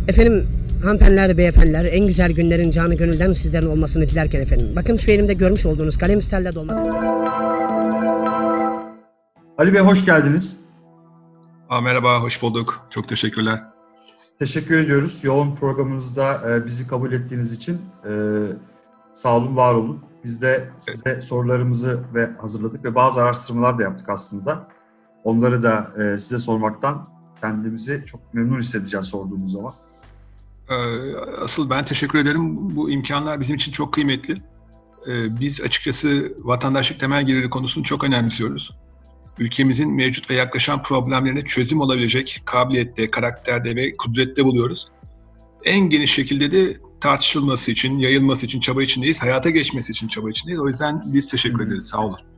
Efendim, hanımefendiler, beyefendiler, en güzel günlerin canı gönülden sizlerin olmasını dilerken efendim. Bakın şu elimde görmüş olduğunuz kalem stelle dolma. Ali Bey hoş geldiniz. Merhaba, hoş bulduk. Çok teşekkürler. Teşekkür ediyoruz. Yoğun programımızda bizi kabul ettiğiniz için sağ olun, var olun. Biz de size sorularımızı hazırladık ve bazı araştırmalar da yaptık aslında. Onları da size sormaktan kendimizi çok memnun hissedeceğiz sorduğumuz zaman. Asıl ben teşekkür ederim. Bu imkanlar bizim için çok kıymetli. Biz açıkçası vatandaşlık temel geliri konusunu çok önemsiyoruz. Ülkemizin mevcut ve yaklaşan problemlerine çözüm olabilecek kabiliyette, karakterde ve kudrette buluyoruz. En geniş şekilde de tartışılması için, yayılması için çaba içindeyiz, hayata geçmesi için çaba içindeyiz. O yüzden biz teşekkür ederiz, sağ olun.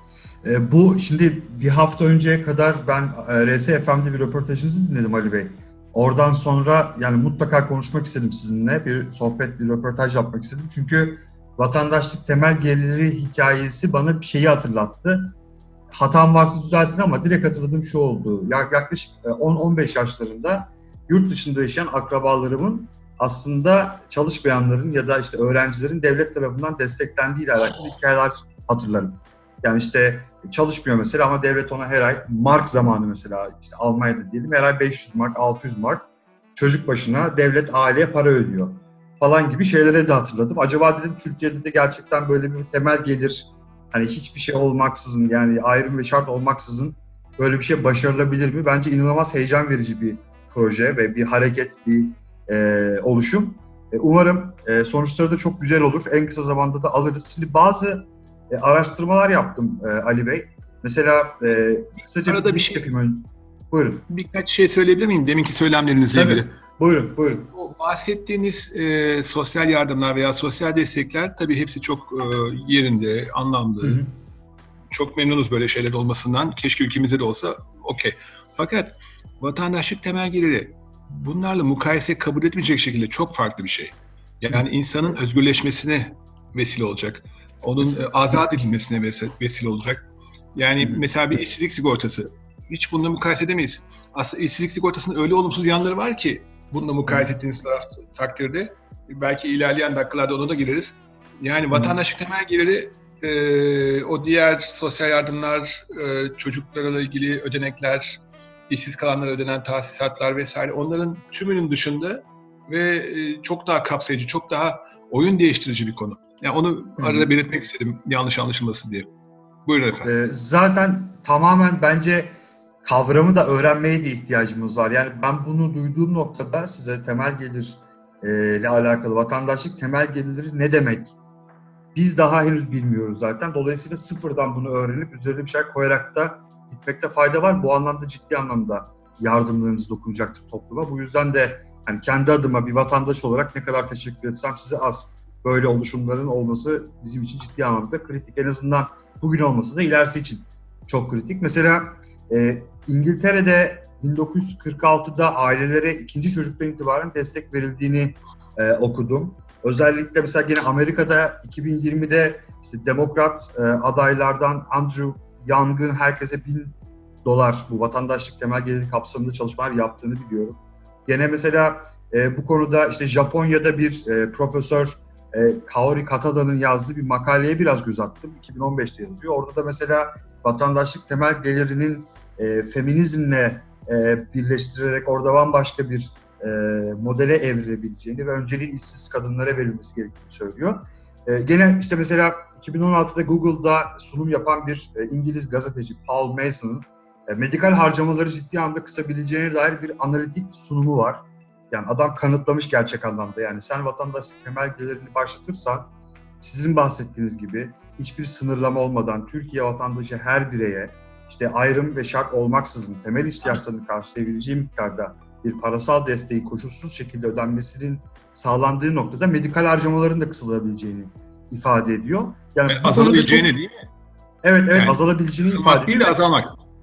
Bu şimdi bir hafta önceye kadar ben RSFM'de bir röportajınızı dinledim Ali Bey. Oradan sonra yani mutlaka konuşmak istedim sizinle. Bir sohbet, bir röportaj yapmak istedim. Çünkü vatandaşlık temel geliri hikayesi bana bir şeyi hatırlattı. Hatam varsa düzeltin ama direkt hatırladığım şu oldu. Yaklaşık 10-15 yaşlarında yurt dışında yaşayan akrabalarımın aslında çalışmayanların ya da işte öğrencilerin devlet tarafından desteklendiği ile alakalı hikayeler hatırlarım. Yani işte çalışmıyor mesela ama devlet ona her ay mark zamanı mesela işte Almanya'da diyelim her ay 500 mark, 600 mark çocuk başına devlet aileye para ödüyor falan gibi şeylere de hatırladım. Acaba dedim Türkiye'de de gerçekten böyle bir temel gelir, hani hiçbir şey olmaksızın yani ayrım ve şart olmaksızın böyle bir şey başarılabilir mi? Bence inanılmaz heyecan verici bir proje ve bir hareket, bir oluşum. Umarım sonuçları da çok güzel olur. En kısa zamanda da alırız. Şimdi bazı araştırmalar yaptım Ali Bey. Mesela kısaca bir şey yapayım. Buyurun. Birkaç şey söyleyebilir miyim deminki söylemlerinizle ilgili? Buyurun. O bahsettiğiniz sosyal yardımlar veya sosyal destekler tabii hepsi çok yerinde, anlamlı. Hı hı. Çok memnunuz böyle şeyler olmasından. Keşke ülkemizde de olsa okey. Fakat vatandaşlık temel geliri bunlarla mukayese kabul etmeyecek şekilde çok farklı bir şey. Yani insanın özgürleşmesine vesile olacak. Onun azat edilmesine vesile olacak. Yani mesela bir işsizlik sigortası. Hiç bununla mukayese edemeyiz. Aslında işsizlik sigortasının öyle olumsuz yanları var ki bununla mukayese ettiğiniz takdirde belki ilerleyen dakikalarda ona da gireriz. Yani vatandaşlık temel geliri o diğer sosyal yardımlar, çocuklarla ilgili ödenekler, işsiz kalanlara ödenen tahsisatlar vesaire onların tümünün dışında ve çok daha kapsayıcı, çok daha oyun değiştirici bir konu. Yani onu arada belirtmek istedim yanlış anlaşılmasın diye. Buyurun efendim. Zaten tamamen bence kavramı da öğrenmeye de ihtiyacımız var. Yani ben bunu duyduğum noktada size temel gelir ile alakalı vatandaşlık temel gelirleri ne demek? Biz daha henüz bilmiyoruz zaten. Dolayısıyla sıfırdan bunu öğrenip üzerine bir şey koyarak da gitmekte fayda var. Bu anlamda ciddi anlamda yardımlarınız dokunacaktır topluma. Bu yüzden de hani kendi adıma bir vatandaş olarak ne kadar teşekkür etsem size az. Böyle oluşumların olması bizim için ciddi anlamda kritik. En azından bugün olması da ilerisi için çok kritik. Mesela İngiltere'de 1946'da ailelere ikinci çocuktan itibaren destek verildiğini okudum. Özellikle mesela yine Amerika'da 2020'de işte demokrat adaylardan Andrew Young'ın herkese $1000 bu vatandaşlık temel geliri kapsamında çalışmalar yaptığını biliyorum. Yine mesela bu konuda işte Japonya'da bir profesör Kaori Katada'nın yazdığı bir makaleye biraz göz attım. 2015'te yazıyor. Orada da mesela vatandaşlık temel gelirinin feminizmle birleştirerek orada bambaşka bir modele evrilebileceğini ve önceliğin işsiz kadınlara verilmesi gerektiğini söylüyor. Gene işte mesela 2016'da Google'da sunum yapan bir İngiliz gazeteci Paul Mason'ın medikal harcamaları ciddi anlamda kısabileceğine dair bir analitik sunumu var. Yani adam kanıtlamış gerçek anlamda. Yani sen vatandaşlık temel gelirini başlatırsan sizin bahsettiğiniz gibi hiçbir sınırlama olmadan Türkiye vatandaşı her bireye işte ayrım ve şart olmaksızın temel ihtiyaçlarını karşılayabileceği miktarda bir parasal desteği koşulsuz şekilde ödenmesinin sağlandığı noktada medikal harcamaların da kısılabileceğini ifade ediyor. Yani azalabileceğini değil mi? Evet, yani, azalabileceğini ifade ediyor. Değil azalmak.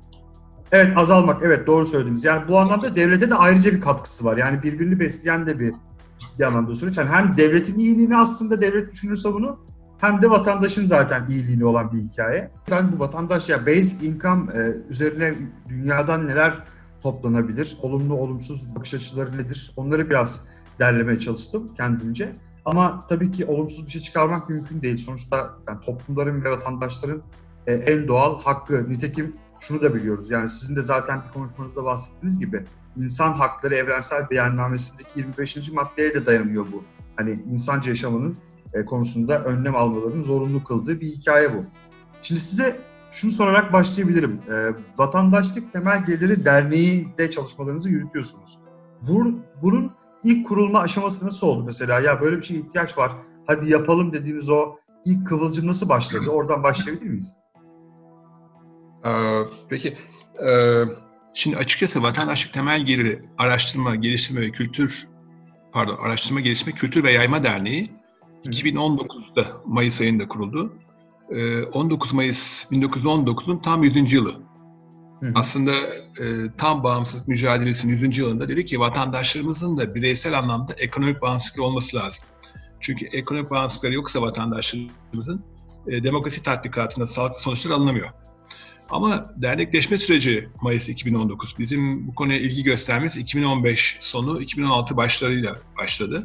Evet, azalmak. Evet, doğru söylediniz. Yani bu anlamda devlete de ayrıca bir katkısı var. Yani birbirini besleyen de bir ciddi anlamda süreç. Yani hem devletin iyiliğini aslında devlet düşünürse bunu hem de vatandaşın zaten iyiliğini olan bir hikaye. Ben bu vatandaş ya basic income üzerine dünyadan neler toplanabilir? Olumlu, olumsuz bakış açıları nedir? Onları biraz derlemeye çalıştım kendimce. Ama tabii ki olumsuz bir şey çıkarmak mümkün değil. Sonuçta yani toplumların ve vatandaşların en doğal hakkı. Nitekim şunu da biliyoruz. Yani sizin de zaten bir konuşmanızda bahsettiğiniz gibi İnsan Hakları Evrensel Beyannamesi'ndeki 25. maddeye de dayanıyor bu. Hani insanca yaşamanın konusunda önlem almalarını zorunlu kıldığı bir hikaye bu. Şimdi size şunu sorarak başlayabilirim. Vatandaşlık Temel Geliri Derneği'nde çalışmalarınızı yürütüyorsunuz. Bunun ilk kurulma aşaması nasıl oldu mesela? Ya böyle bir şeye ihtiyaç var, hadi yapalım dediğiniz o ilk kıvılcım nasıl başladı? Oradan başlayabilir miyiz? Peki, şimdi açıkçası Vatandaşlık Temel Geliri Araştırma, Geliştirme Kültür ve Yayma Derneği 2019'da Mayıs ayında kuruldu. 19 Mayıs 1919'un tam 100. yılı. Aslında tam bağımsızlık mücadelesinin 100. yılında dedi ki vatandaşlarımızın da bireysel anlamda ekonomik bağımsızlıkları olması lazım. Çünkü ekonomik bağımsızlıkları yoksa vatandaşlarımızın demokrasi tatbikatında sağlıklı sonuçlar alınamıyor. Ama dernekleşme süreci Mayıs 2019. Bizim bu konuya ilgi göstermemiz 2015 sonu, 2016 başlarıyla başladı.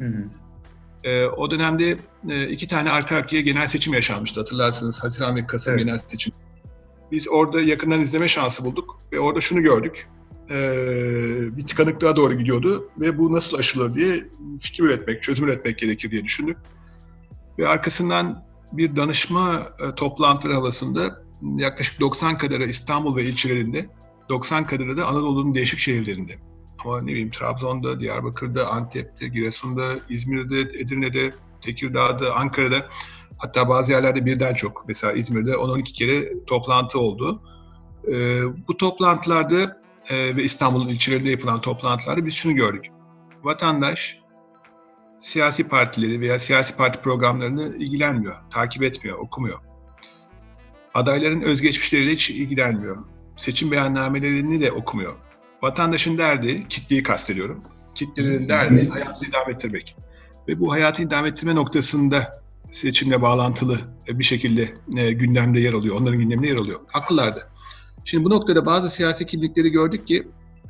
O dönemde 2 tane arka arkaya genel seçim yaşanmıştı. Hatırlarsınız, Haziran ve Kasım genel seçim. Biz orada yakından izleme şansı bulduk ve orada şunu gördük. Bir tıkanıklığa doğru gidiyordu ve bu nasıl aşılır diye fikir üretmek, çözüm üretmek gerekir diye düşündük. Ve arkasından bir danışma toplantıları havasında yaklaşık 90 kadarı İstanbul ve ilçelerinde, 90 kadarı da Anadolu'nun değişik şehirlerinde. Ama ne bileyim Trabzon'da, Diyarbakır'da, Antep'te, Giresun'da, İzmir'de, Edirne'de, Tekirdağ'da, Ankara'da, hatta bazı yerlerde birden çok. Mesela İzmir'de 10-12 kere toplantı oldu. Bu toplantılarda ve İstanbul'un ilçelerinde yapılan toplantılarda biz şunu gördük. Vatandaş siyasi partileri veya siyasi parti programlarını ilgilenmiyor, takip etmiyor, okumuyor. Adayların özgeçmişleriyle hiç ilgilenmiyor. Seçim beyannamelerini de okumuyor. Vatandaşın derdi, kitleyi kastediyorum. Kitlelerin derdi hayatını idame ettirmek. Ve bu hayatı idame ettirme noktasında seçimle bağlantılı bir şekilde gündemde yer alıyor. Onların gündeminde yer alıyor. Haklılardı. Şimdi bu noktada bazı siyasi kimlikleri gördük ki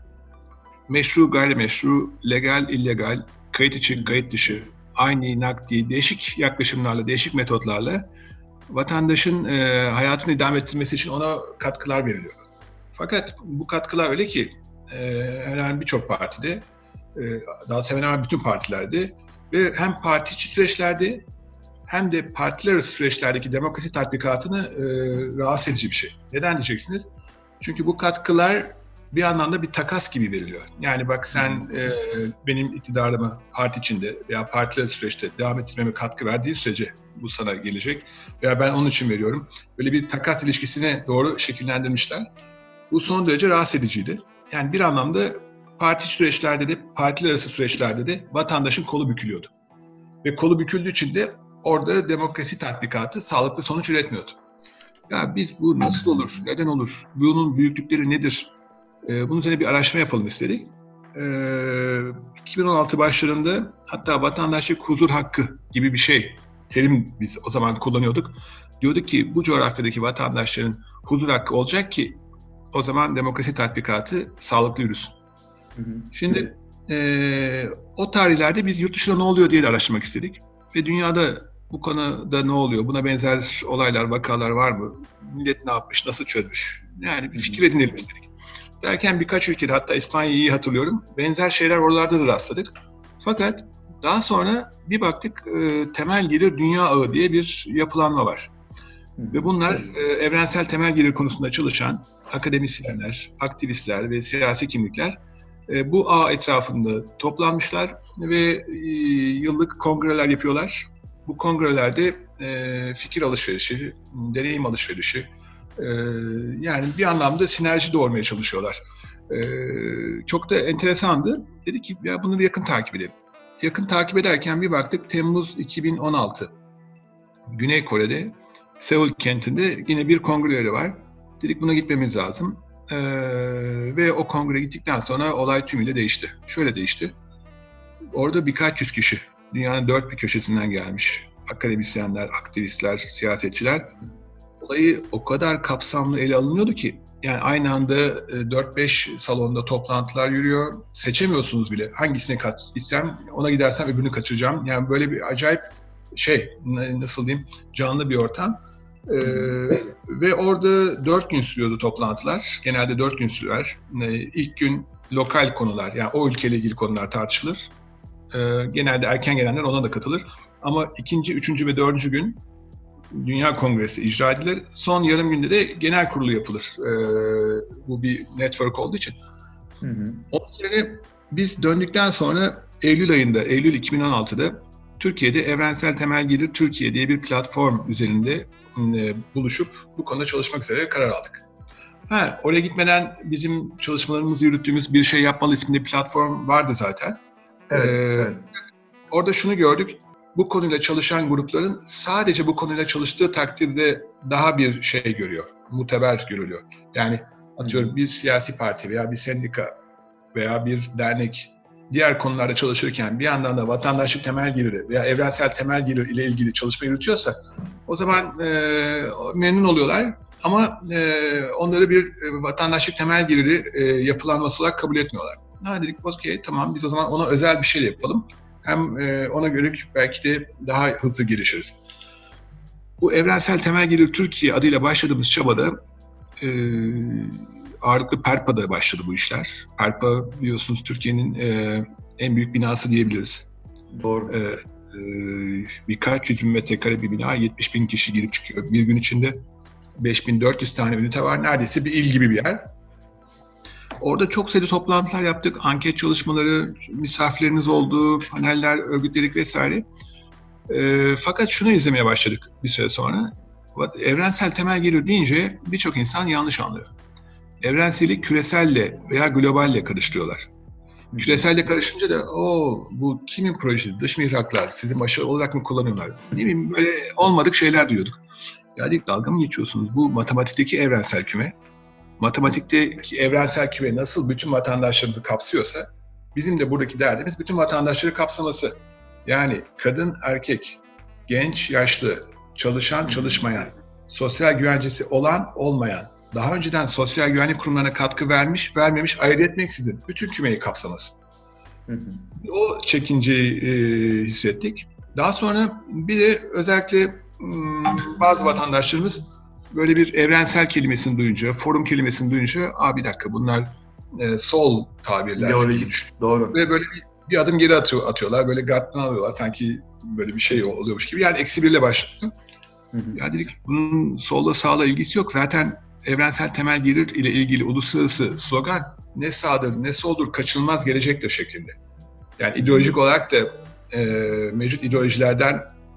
meşru, gayrimeşru, legal, illegal, kayıt içi, kayıt dışı, aynı, nakdi, değişik yaklaşımlarla, değişik metotlarla vatandaşın hayatını idame ettirmesi için ona katkılar veriliyor. Fakat bu katkılar öyle ki hemen birçok partide, daha hemen bütün partilerde ve hem parti içi süreçlerde hem de partiler arası süreçlerdeki demokrasi tatbikatını rahatsız edici bir şey. Neden diyeceksiniz? Çünkü bu katkılar bir anlamda bir takas gibi veriliyor. Yani bak sen benim iktidarımı parti içinde veya partiler arası süreçte devam ettirmeme katkı verdiği sürece bu sana gelecek. Veya ben onun için veriyorum. Böyle bir takas ilişkisine doğru şekillendirmişler. Bu son derece rahatsız ediciydi. Yani bir anlamda parti süreçlerde de, partiler arası süreçlerde de vatandaşın kolu bükülüyordu. Ve kolu büküldüğü için de orada demokrasi tatbikatı sağlıklı sonuç üretmiyordu. Ya biz bu nasıl olur, neden olur, bunun büyüklükleri nedir? Bunun üzerine bir araştırma yapalım istedik. 2016 başlarında hatta vatandaşlık huzur hakkı gibi bir şey, terim biz o zaman kullanıyorduk. Diyorduk ki bu coğrafyadaki vatandaşların huzur hakkı olacak ki o zaman demokrasi tatbikatı sağlıklı yürüsün. Şimdi o tarihlerde biz yurt dışında ne oluyor diye de araştırmak istedik. Ve dünyada bu konuda ne oluyor? Buna benzer olaylar, vakalar var mı? Millet ne yapmış, nasıl çözmüş? Yani bir fikir edinelim istedik. Derken birkaç ülkede, hatta İspanya'yı iyi hatırlıyorum, benzer şeyler oralarda da rastladık. Fakat daha sonra bir baktık temel gelir dünya ağı diye bir yapılanma var. Ve bunlar evrensel temel gelir konusunda çalışan akademisyenler, aktivistler ve siyasi kimlikler bu ağ etrafında toplanmışlar ve yıllık kongreler yapıyorlar. Bu kongrelerde fikir alışverişi, deneyim alışverişi, yani bir anlamda sinerji doğurmaya çalışıyorlar. Çok da enteresandı. Dedik ki ya bunu bir yakın takip edelim. Yakın takip ederken bir baktık Temmuz 2016. Güney Kore'de, Seul kentinde yine bir kongreleri var. Dedik buna gitmemiz lazım. Ve o kongre gittikten sonra olay tümüyle değişti. Şöyle değişti. Orada birkaç yüz kişi, dünyanın dört bir köşesinden gelmiş. Akademisyenler, aktivistler, siyasetçiler. Olayı o kadar kapsamlı ele alınıyordu ki Yani aynı anda 4-5 salonda toplantılar yürüyor. Seçemiyorsunuz bile. Hangisine gitsem, ona gidersem öbürünü kaçıracağım. Yani böyle bir acayip nasıl diyeyim, canlı bir ortam. Ve orada 4 gün sürüyordu toplantılar. Genelde 4 gün sürer. İlk gün lokal konular, yani o ülkeyle ilgili konular tartışılır. Genelde erken gelenler ona da katılır. Ama ikinci, üçüncü ve dördüncü gün Dünya Kongresi icra edilir. Son yarım günde de genel kurulu yapılır. Bu bir network olduğu için. Onun üzerine biz döndükten sonra Eylül ayında, Eylül 2016'da Türkiye'de Evrensel Temel Gelir Türkiye diye bir platform üzerinde buluşup bu konuda çalışmak üzere karar aldık. Oraya gitmeden bizim çalışmalarımızı yürüttüğümüz Bir Şey Yapmalı isimli platform vardı zaten. Evet. Orada şunu gördük. Bu konuyla çalışan grupların sadece bu konuyla çalıştığı takdirde daha bir şey görüyor, muteber görülüyor. Yani atıyorum bir siyasi parti veya bir sendika veya bir dernek diğer konularda çalışırken bir yandan da vatandaşlık temel geliri veya evrensel temel gelir ile ilgili çalışma yürütüyorsa o zaman memnun oluyorlar ama onları bir vatandaşlık temel geliri yapılanması olarak kabul etmiyorlar. Dedik okey tamam, biz o zaman ona özel bir şey yapalım. Hem ona göre belki de daha hızlı gelişiriz. Bu Evrensel Temel Gelir Türkiye adıyla başladığımız çabada ağırlıklı PERPA'da başladı bu işler. PERPA biliyorsunuz Türkiye'nin en büyük binası diyebiliriz. Doğru. Birkaç yüz bin metrekare bir bina, 70 bin kişi girip çıkıyor. Bir gün içinde 5400 tane ünite var. Neredeyse bir il gibi bir yer. Orada çok sayıda toplantılar yaptık, anket çalışmaları, misafirlerimiz oldu, paneller örgütledik vesaire. Fakat şunu izlemeye başladık bir süre sonra. Evrensel temel gelir deyince birçok insan yanlış anlıyor. Evrenseli küreselle veya globalle karıştırıyorlar. Küreselle karışınca da bu kimin projesi, dış mihraklar, sizin başarılı olarak mı kullanıyorlar? Ne bileyim, böyle olmadık şeyler duyuyorduk. Ya dedik, dalga mı geçiyorsunuz? Bu matematikteki evrensel küme. Matematikteki evrensel küme nasıl bütün vatandaşlarımızı kapsıyorsa bizim de buradaki derdimiz bütün vatandaşları kapsaması. Yani kadın, erkek, genç, yaşlı, çalışan, çalışmayan, sosyal güvencesi olan, olmayan, daha önceden sosyal güvenlik kurumlarına katkı vermiş, vermemiş ayırt etmeksizin bütün kümeyi kapsaması. O çekinceyi hissettik. Daha sonra bir de özellikle bazı vatandaşlarımız böyle bir evrensel kelimesini duyunca, forum kelimesini duyunca, bir dakika bunlar sol tabirler. İdeolojik, doğru. Ve böyle bir adım geri atıyorlar, böyle gardını alıyorlar sanki böyle bir şey oluyormuş gibi. Yani eksi birle başlıyor. Ya dedik, bunun solla sağla ilgisi yok. Zaten evrensel temel gelir ile ilgili uluslararası slogan ne sağdır ne soldur kaçınılmaz gelecektir şeklinde. Yani ideolojik olarak da mevcut ideolojilerden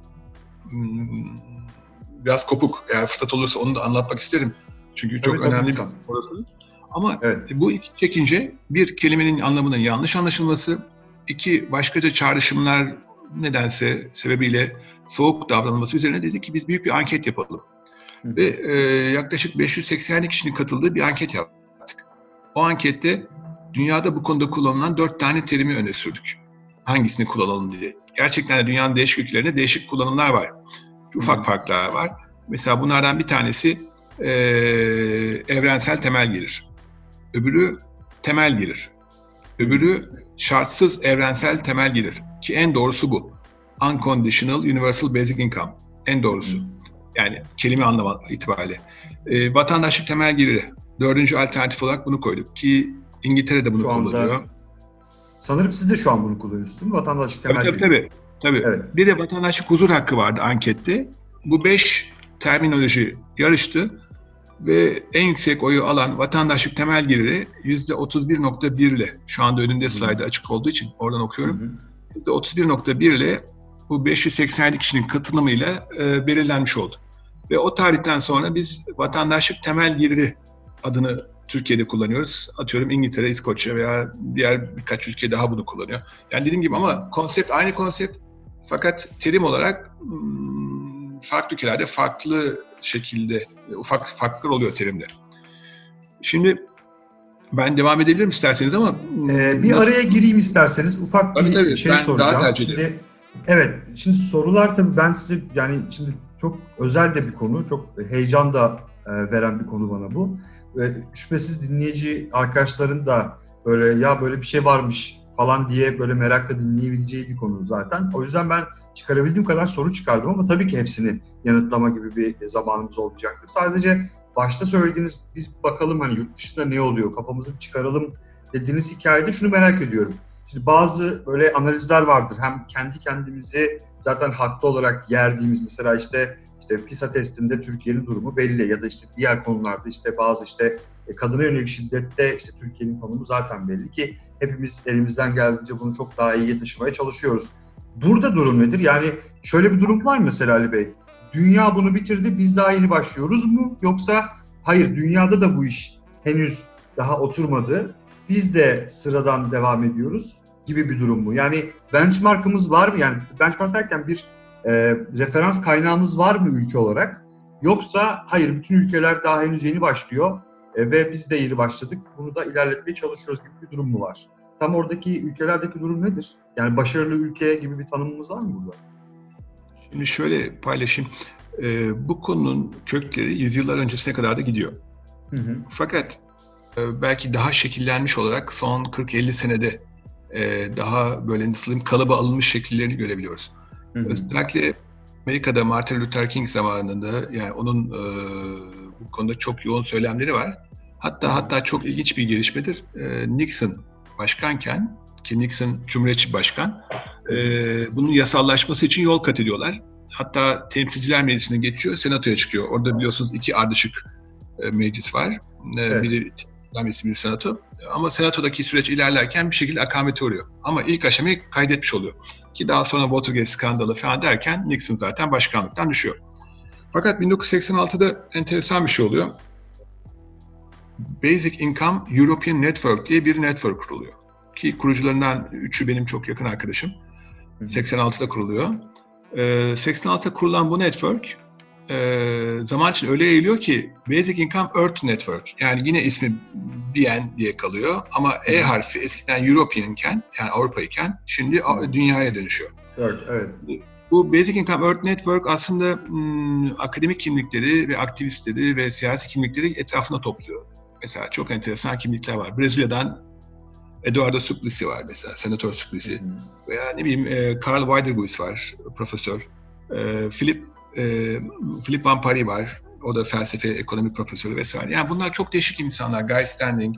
biraz kopuk. Eğer fırsat olursa onu da anlatmak isterim. Çünkü çok önemli bir orası. Ama bu iki çekince, bir, kelimenin anlamının yanlış anlaşılması, iki, başkaca çağrışımlar nedense sebebiyle soğuk davranılması üzerine dedik ki biz büyük bir anket yapalım. Ve yaklaşık 580 kişinin katıldığı bir anket yaptık. O ankette dünyada bu konuda kullanılan 4 tane terimi öne sürdük. Hangisini kullanalım diye. Gerçekten de dünyanın değişik ülkelerinde değişik kullanımlar var. Ufak farklar var. Mesela bunlardan bir tanesi evrensel temel gelir. Öbürü temel gelir. Öbürü şartsız evrensel temel gelir. Ki en doğrusu bu. Unconditional Universal Basic Income. En doğrusu. Yani kelime anlamı itibariyle. Vatandaşlık temel geliri. 4. alternatif olarak bunu koyduk. Ki İngiltere'de bunu kullanıyor. Sanırım siz de şu an bunu kullanıyorsunuz değil mi? Vatandaşlık temel geliri. Tabii. Evet. Bir de vatandaşlık huzur hakkı vardı ankette. Bu 5 terminoloji yarıştı ve en yüksek oyu alan vatandaşlık temel geliri %31.1 ile, şu anda önünde slayda açık olduğu için oradan okuyorum. %31.1 ile bu 580 kişinin katılımıyla belirlenmiş oldu. Ve o tarihten sonra biz vatandaşlık temel geliri adını Türkiye'de kullanıyoruz. Atıyorum İngiltere, İskoçya veya diğer birkaç ülke daha bunu kullanıyor. Yani dediğim gibi ama konsept aynı konsept. Fakat terim olarak farklı ülkelerde farklı şekilde ufak farklar oluyor terimde. Şimdi ben devam edebilirim isterseniz ama bir araya gireyim isterseniz, ufak bir şey soracağım. Şimdi sorular tabii ben size, yani şimdi çok özel de bir konu, çok heyecan da veren bir konu bana bu. şüphesiz dinleyici arkadaşların da böyle ya böyle bir şey varmış falan diye böyle merakla dinleyebileceği bir konu zaten. O yüzden ben çıkarabildiğim kadar soru çıkardım ama tabii ki hepsini yanıtlama gibi bir zamanımız olmayacaktır. Sadece başta söylediğiniz biz bakalım hani yurt dışında ne oluyor kafamızı çıkaralım dediğiniz hikayede şunu merak ediyorum. Şimdi bazı böyle analizler vardır. Hem kendi kendimizi zaten haklı olarak yerdiğimiz mesela işte PISA testinde Türkiye'nin durumu belli ya da işte diğer konularda işte bazı işte kadına yönelik şiddette işte Türkiye'nin konumu zaten belli ki hepimiz elimizden geldiğince bunu çok daha iyiye taşımaya çalışıyoruz. Burada durum nedir? Yani şöyle bir durum var mı mesela Ali Bey? Dünya bunu bitirdi, biz daha yeni başlıyoruz mu? Yoksa hayır dünyada da bu iş henüz daha oturmadı, biz de sıradan devam ediyoruz gibi bir durum mu? Yani benchmark'ımız var mı? Yani benchmark derken bir referans kaynağımız var mı ülke olarak? Yoksa hayır bütün ülkeler daha henüz yeni başlıyor ve biz de yeni başladık. Bunu da ilerletmeye çalışıyoruz gibi bir durum mu var? Tam oradaki ülkelerdeki durum nedir? Yani başarılı ülke gibi bir tanımımız var mı burada? Şimdi şöyle paylaşayım. Bu konunun kökleri yüzyıllar öncesine kadar da gidiyor. Hı hı. Fakat belki daha şekillenmiş olarak son 40-50 senede daha böyle nasıl diyeyim kalıba alınmış şekillerini görebiliyoruz. Hı hı. Özellikle Amerika'da Martin Luther King zamanında yani onun bu konuda çok yoğun söylemleri var. Hatta çok ilginç bir gelişmedir. Nixon başkanken ki Nixon Cumhuriyetçi başkan bunun yasallaşması için yol kat ediyorlar. Hatta Temsilciler Meclisi'ne geçiyor, Senato'ya çıkıyor. Orada biliyorsunuz iki ardışık meclis var. Evet. Biri Meclisi, biri Senato. Ama Senato'daki süreç ilerlerken bir şekilde akamete uğruyor. Ama ilk aşamayı kaydetmiş oluyor. Ki daha sonra Watergate skandalı falan derken Nixon zaten başkanlıktan düşüyor. Fakat 1986'da enteresan bir şey oluyor. Basic Income European Network diye bir network kuruluyor. Ki kurucularından üçü benim çok yakın arkadaşım. 86'da kuruluyor. 86'da kurulan bu network zaman için öyle yayılıyor ki Basic Income Earth Network. Yani yine ismi BN diye kalıyor ama E harfi eskiden European'ken yani Avrupa'yken şimdi dünyaya dönüşüyor. Evet. Bu Basic Income Earth Network aslında akademik kimlikleri ve aktivistleri ve siyasi kimlikleri etrafına topluyor. Mesela çok enteresan kimlikler var. Brezilya'dan Eduardo Suplicy var mesela, Senatör Suplicy. Veya ne bileyim Carl Wiederguis var, profesör. Philip Van Parijs var, o da felsefe, ekonomi profesörü vesaire. Yani bunlar çok değişik insanlar, Guy Standing.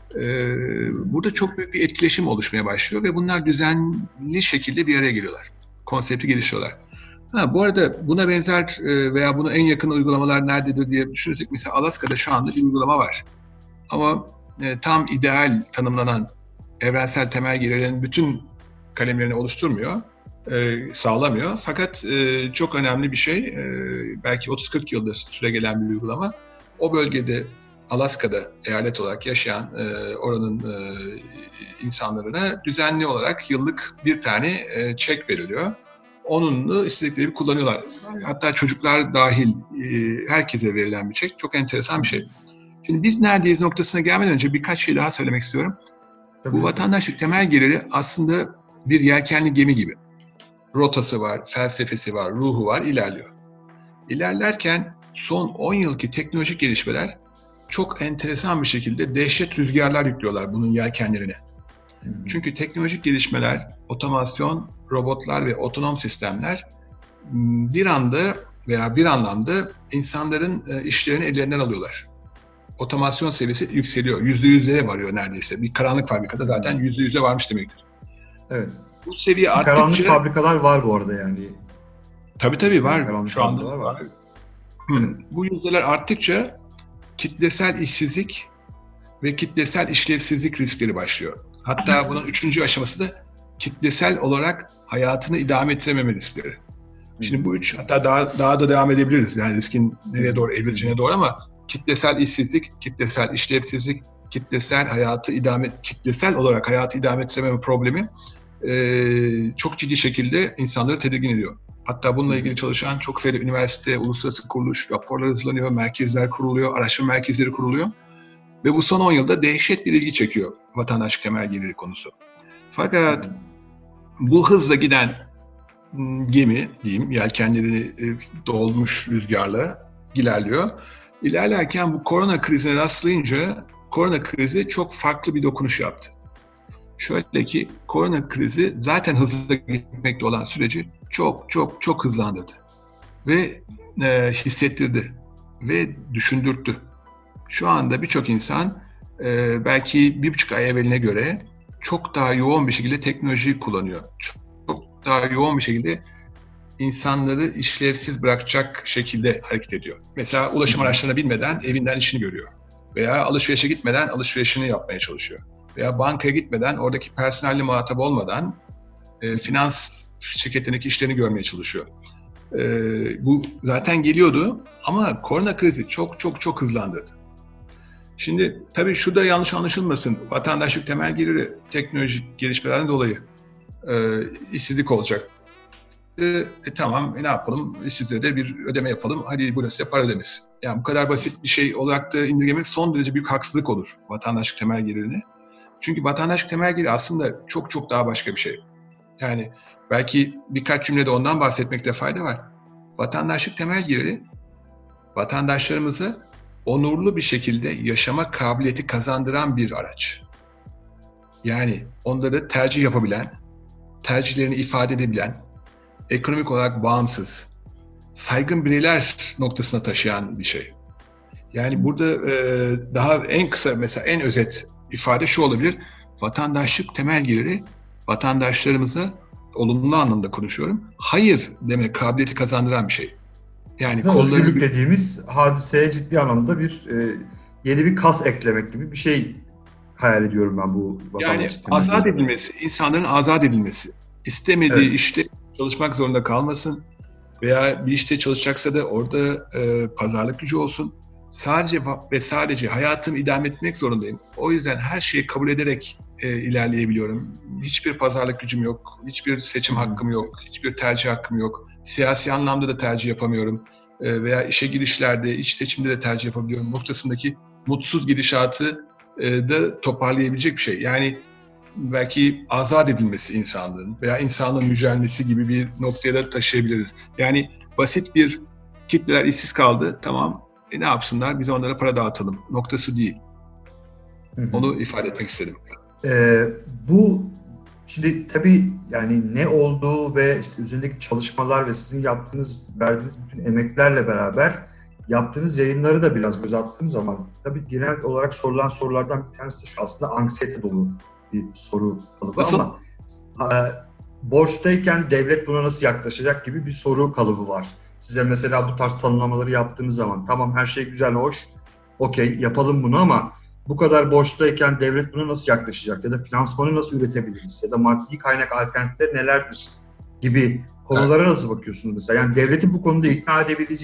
Burada çok büyük bir etkileşim oluşmaya başlıyor ve bunlar düzenli şekilde bir araya geliyorlar. Konsepti geliştiriyorlar. Bu arada buna benzer veya buna en yakın uygulamalar nerededir diye düşünürsek mesela Alaska'da şu anda bir uygulama var. Ama tam ideal tanımlanan evrensel temel gelirlerin bütün kalemlerini oluşturmuyor, sağlamıyor. Fakat çok önemli bir şey, belki 30-40 yıldır süregelen bir uygulama. O bölgede, Alaska'da eyalet olarak yaşayan oranın insanlarına düzenli olarak yıllık bir tane çek veriliyor. Onunla istedikleri gibi kullanıyorlar. Hatta çocuklar dahil herkese verilen bir çek. Çok enteresan bir şey. Şimdi biz neredeyiz noktasına gelmeden önce birkaç şey daha söylemek istiyorum. Tabii bu vatandaşlık temel geliri aslında bir yelkenli gemi gibi. Rotası var, felsefesi var, ruhu var, ilerliyor. İlerlerken son 10 yılki teknolojik gelişmeler çok enteresan bir şekilde dehşet rüzgarlar yüklüyorlar bunun yelkenlerine. Çünkü teknolojik gelişmeler, otomasyon, robotlar ve otonom sistemler bir anda veya bir anlamda insanların işlerini ellerinden alıyorlar. Otomasyon seviyesi yükseliyor. %100'e varıyor neredeyse. Bir karanlık fabrikada zaten %100'e varmış demektir. Evet. Bu seviye arttıkça... Karanlık fabrikalar var bu arada yani. Tabii var. Karanlık şu anda var. Evet. Bu yüzdeler arttıkça kitlesel işsizlik ve kitlesel işlevsizlik riskleri başlıyor. Hatta bunun 3. aşaması da kitlesel olarak hayatını idame ettirememe riskleri. Şimdi bu 3, hatta daha da devam edebiliriz. Yani riskin nereye doğru evrileceğine doğru ama kitlesel işsizlik, kitlesel işlevsizlik, kitlesel olarak hayatı idame ettirememe problemi çok ciddi şekilde insanları tedirgin ediyor. Hatta bununla ilgili çalışan çok sayıda üniversite, uluslararası kuruluş, raporlar hazırlanıyor, merkezler kuruluyor, araştırma merkezleri kuruluyor. Ve bu son 10 yılda dehşet bir ilgi çekiyor vatandaşlık temel geliri konusu. Fakat bu hızla giden gemi diyeyim, yelkenlerini dolmuş rüzgarla ilerliyor. İlerlerken bu korona krizine rastlayınca korona krizi çok farklı bir dokunuş yaptı. Şöyle ki korona krizi zaten hızlı gitmekte olan süreci çok çok çok hızlandırdı ve hissettirdi ve düşündürttü. Şu anda birçok insan belki 1,5 ay evveline göre çok daha yoğun bir şekilde teknolojiyi kullanıyor. Çok daha yoğun bir şekilde insanları işlevsiz bırakacak şekilde hareket ediyor. Mesela ulaşım araçlarına binmeden evinden işini görüyor. Veya alışverişe gitmeden alışverişini yapmaya çalışıyor. Veya bankaya gitmeden oradaki personelle muhatap olmadan finans şirketindeki işlerini görmeye çalışıyor. Bu zaten geliyordu ama korona krizi çok çok çok hızlandırdı. Şimdi tabii şurada yanlış anlaşılmasın. Vatandaşlık temel geliri teknolojik gelişmelerden dolayı işsizlik olacak. Tamam ne yapalım? İşsizlere de bir ödeme yapalım. Hadi burası size para ödemesi. Yani bu kadar basit bir şey olarak da indirgemek son derece büyük haksızlık olur vatandaşlık temel gelirini. Çünkü vatandaşlık temel geliri aslında çok çok daha başka bir şey. Yani belki birkaç cümlede ondan bahsetmekte fayda var. Vatandaşlık temel geliri vatandaşlarımıza onurlu bir şekilde yaşama kabiliyeti kazandıran bir araç. Yani onları tercih yapabilen, tercihlerini ifade edebilen, ekonomik olarak bağımsız, saygın bireyler noktasına taşıyan bir şey. Yani burada daha en kısa mesela en özet ifade şu olabilir. Vatandaşlık temel geliri vatandaşlarımıza olumlu anlamda konuşuyorum. Hayır deme kabiliyeti kazandıran bir şey. Yani aslında özgürlük dediğimiz hadiseye ciddi anlamda bir yeni bir kas eklemek gibi bir şey hayal ediyorum ben bu vatandaşlık temel geliri. Yani azat edilmesi, insanların azat edilmesi. İstemediği işte çalışmak zorunda kalmasın veya bir işte çalışacaksa da orada pazarlık gücü olsun. Sadece ve sadece hayatımı idame etmek zorundayım. O yüzden her şeyi kabul ederek ilerleyebiliyorum. Hiçbir pazarlık gücüm yok, hiçbir seçim hakkım yok, hiçbir tercih hakkım yok. Siyasi anlamda da tercih yapamıyorum. Veya işe girişlerde, iç seçimde de tercih yapabiliyorum. Noktasındaki mutsuz gidişatı da toparlayabilecek bir şey. Yani belki azat edilmesi insanlığın veya insanlığın yücelmesi gibi bir noktaya da taşıyabiliriz. Yani basit bir kitleler işsiz kaldı, tamam ne yapsınlar biz onlara para dağıtalım noktası değil. Onu ifade etmek istedim. Bu şimdi tabii yani ne olduğu ve işte üzerindeki çalışmalar ve sizin verdiğiniz bütün emeklerle beraber yaptığınız yayınları da biraz göz attığım zaman tabii genel olarak sorulan sorulardan bir tanesi şu aslında anksiyete dolu bir soru kalıbı ama borçtayken devlet buna nasıl yaklaşacak gibi bir soru kalıbı var. Size mesela bu tarz tanımlamaları yaptığınız zaman tamam her şey güzel, hoş, okey yapalım bunu ama bu kadar borçtayken devlet buna nasıl yaklaşacak ya da finansmanı nasıl üretebiliriz ya da maddi kaynak alternatifleri nelerdir gibi konulara nasıl bakıyorsunuz mesela? Yani devleti bu konuda ikna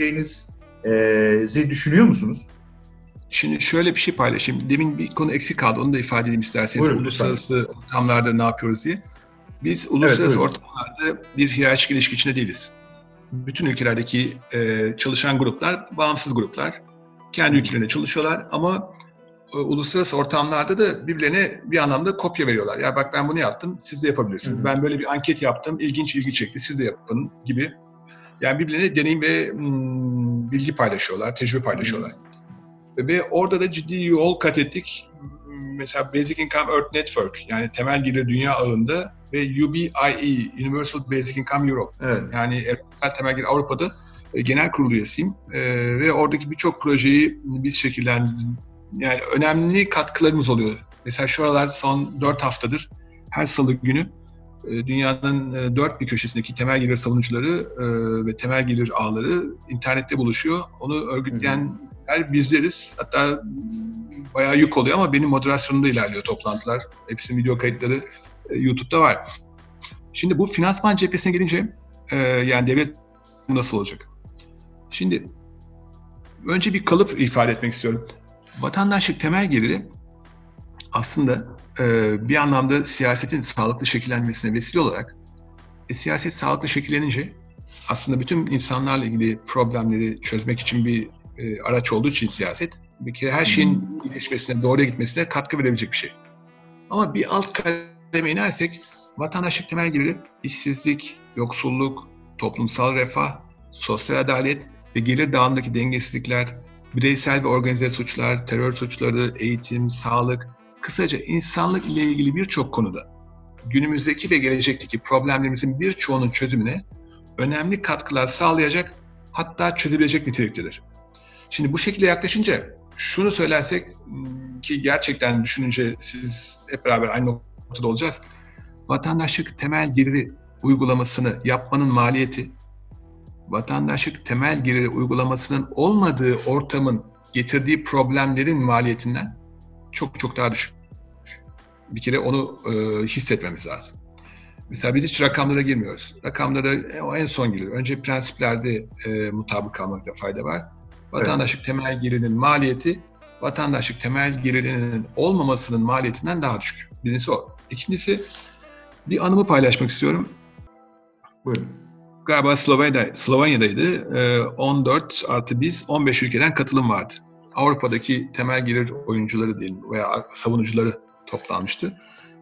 edebileceğinizi düşünüyor musunuz? Şimdi şöyle bir şey paylaşayım. Demin bir konu eksik kaldı. Onu da ifade edeyim isterseniz. Buyurun, uluslararası ortamlarda ne yapıyoruz diye. Biz uluslararası ortamlarda bir hiyerarşik ilişki içinde değiliz. Bütün ülkelerdeki çalışan gruplar, bağımsız gruplar. Kendi ülkelerinde çalışıyorlar ama uluslararası ortamlarda da birbirlerine bir anlamda kopya veriyorlar. Ya bak ben bunu yaptım, siz de yapabilirsiniz. Ben böyle bir anket yaptım, ilgi çekti, siz de yapın gibi. Yani birbirlerine deneyim ve bilgi paylaşıyorlar, tecrübe paylaşıyorlar. Ve orada da ciddi yol kat ettik. Mesela Basic Income Earth Network, yani temel gelir dünya ağında ve UBIE, Universal Basic Income Europe. Evet. Yani Evrensel Temel Gelir Avrupa'da genel kurulu üyesiyim. Ve oradaki birçok projeyi biz şekillendirdik. Yani önemli katkılarımız oluyor. Mesela şu aralar son 4 haftadır her salı günü dünyanın dört bir köşesindeki temel gelir savunucuları ve temel gelir ağları internette buluşuyor. Onu örgütleyenler bizleriz. Hatta bayağı yük oluyor ama benim moderasyonumda ilerliyor toplantılar. Hepsinin video kayıtları YouTube'da var. Şimdi bu finansman cephesine gelince yani devlet nasıl olacak? Şimdi önce bir kalıp ifade etmek istiyorum. Vatandaşlık temel geliri aslında bir anlamda siyasetin sağlıklı şekillenmesine vesile olarak siyaset sağlıklı şekillenince aslında bütün insanlarla ilgili problemleri çözmek için bir araç olduğu için siyaset bir kere her şeyin iyileşmesine, doğruya gitmesine katkı verebilecek bir şey. Ama bir alt kademe inersek vatandaşlık temel geliri işsizlik, yoksulluk, toplumsal refah, sosyal adalet ve gelir dağılımındaki dengesizlikler, bireysel ve organize suçlar, terör suçları, eğitim, sağlık, kısaca insanlık ile ilgili birçok konuda günümüzdeki ve gelecekteki problemlerimizin birçoğunun çözümüne önemli katkılar sağlayacak, hatta çözebilecek niteliktedir. Şimdi bu şekilde yaklaşınca şunu söylersek ki gerçekten düşününce siz hep beraber aynı noktada olacağız. Vatandaşlık temel geliri uygulamasını yapmanın maliyeti, vatandaşlık temel geliri uygulamasının olmadığı ortamın getirdiği problemlerin maliyetinden çok çok daha düşük. Bir kere onu hissetmemiz lazım. Mesela biz hiç rakamlara girmiyoruz. Rakamlara en son giriyor. Önce prensiplerde mutabık kalmakta fayda var. Vatandaşlık temel gelirinin maliyeti, vatandaşlık temel gelirinin olmamasının maliyetinden daha düşük. Birincisi o. İkincisi, bir anımı paylaşmak istiyorum. Buyurun. Galiba Slovenya'daydı. 14 artı biz 15 ülkeden katılım vardı. Avrupa'daki temel gelir oyuncuları diyelim veya savunucuları toplanmıştı.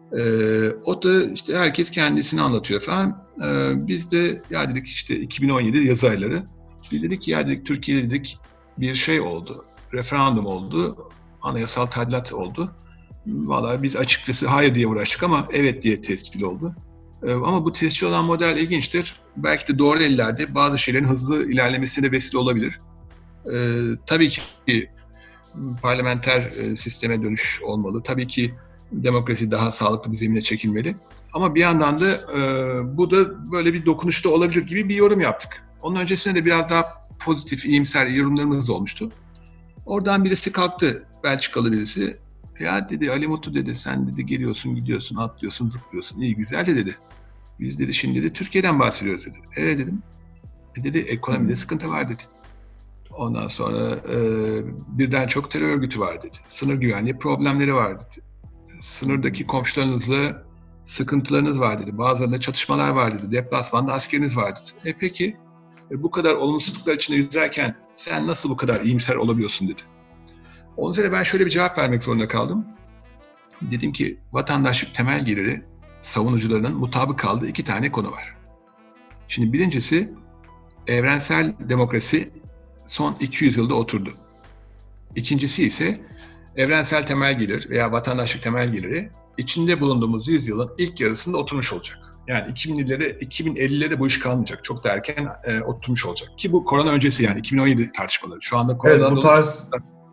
O da işte herkes kendisini anlatıyor falan. Biz de ya dedik işte 2017 yaz ayları. Biz dedik ki ya dedik Türkiye'de dedik bir şey oldu. Referandum oldu. Anayasal tadilat oldu. Vallahi biz açıkçası hayır diye uğraştık ama evet diye tescil oldu. Ama bu tescil olan model ilginçtir. Belki de doğru ellerde bazı şeylerin hızlı ilerlemesine vesile olabilir. Tabii ki parlamenter sisteme dönüş olmalı. Tabii ki demokrasi daha sağlıklı bir zemine çekilmeli. Ama bir yandan da bu da böyle bir dokunuşta olabilir gibi bir yorum yaptık. Onun öncesinde de biraz daha pozitif, iyimser yorumlarımız olmuştu. Oradan birisi kalktı, Belçikalı birisi. Ya dedi Ali Mutlu dedi, sen dedi geliyorsun, gidiyorsun, atlıyorsun, zıplıyorsun, iyi güzel de dedi. Biz dedi şimdi de Türkiye'den bahsediyoruz dedi. Evet dedim. Dedi ekonomide sıkıntı var dedi. Ondan sonra birden çok terör örgütü var dedi. Sınır güvenliği problemleri var dedi. Sınırdaki komşularınızla sıkıntılarınız var dedi. Bazılarında çatışmalar var dedi. Deplasmanda askeriniz var dedi. Peki bu kadar olumsuzluklar içinde yüzerken sen nasıl bu kadar iyimser olabiliyorsun dedi. Onun üzerine ben şöyle bir cevap vermek zorunda kaldım. Dedim ki vatandaşlık temel geliri savunucularının mutabık kaldığı 2 tane konu var. Şimdi birincisi evrensel demokrasi son 200 yılda oturdu. İkincisi ise evrensel temel gelir veya vatandaşlık temel geliri içinde bulunduğumuz yüzyılın ilk yarısında oturmuş olacak. Yani 2050'lere bu iş kalmayacak. Çok da erken oturmuş olacak. Ki bu korona öncesi yani 2017 tartışmaları. Şu anda koronadan evet, bu tarz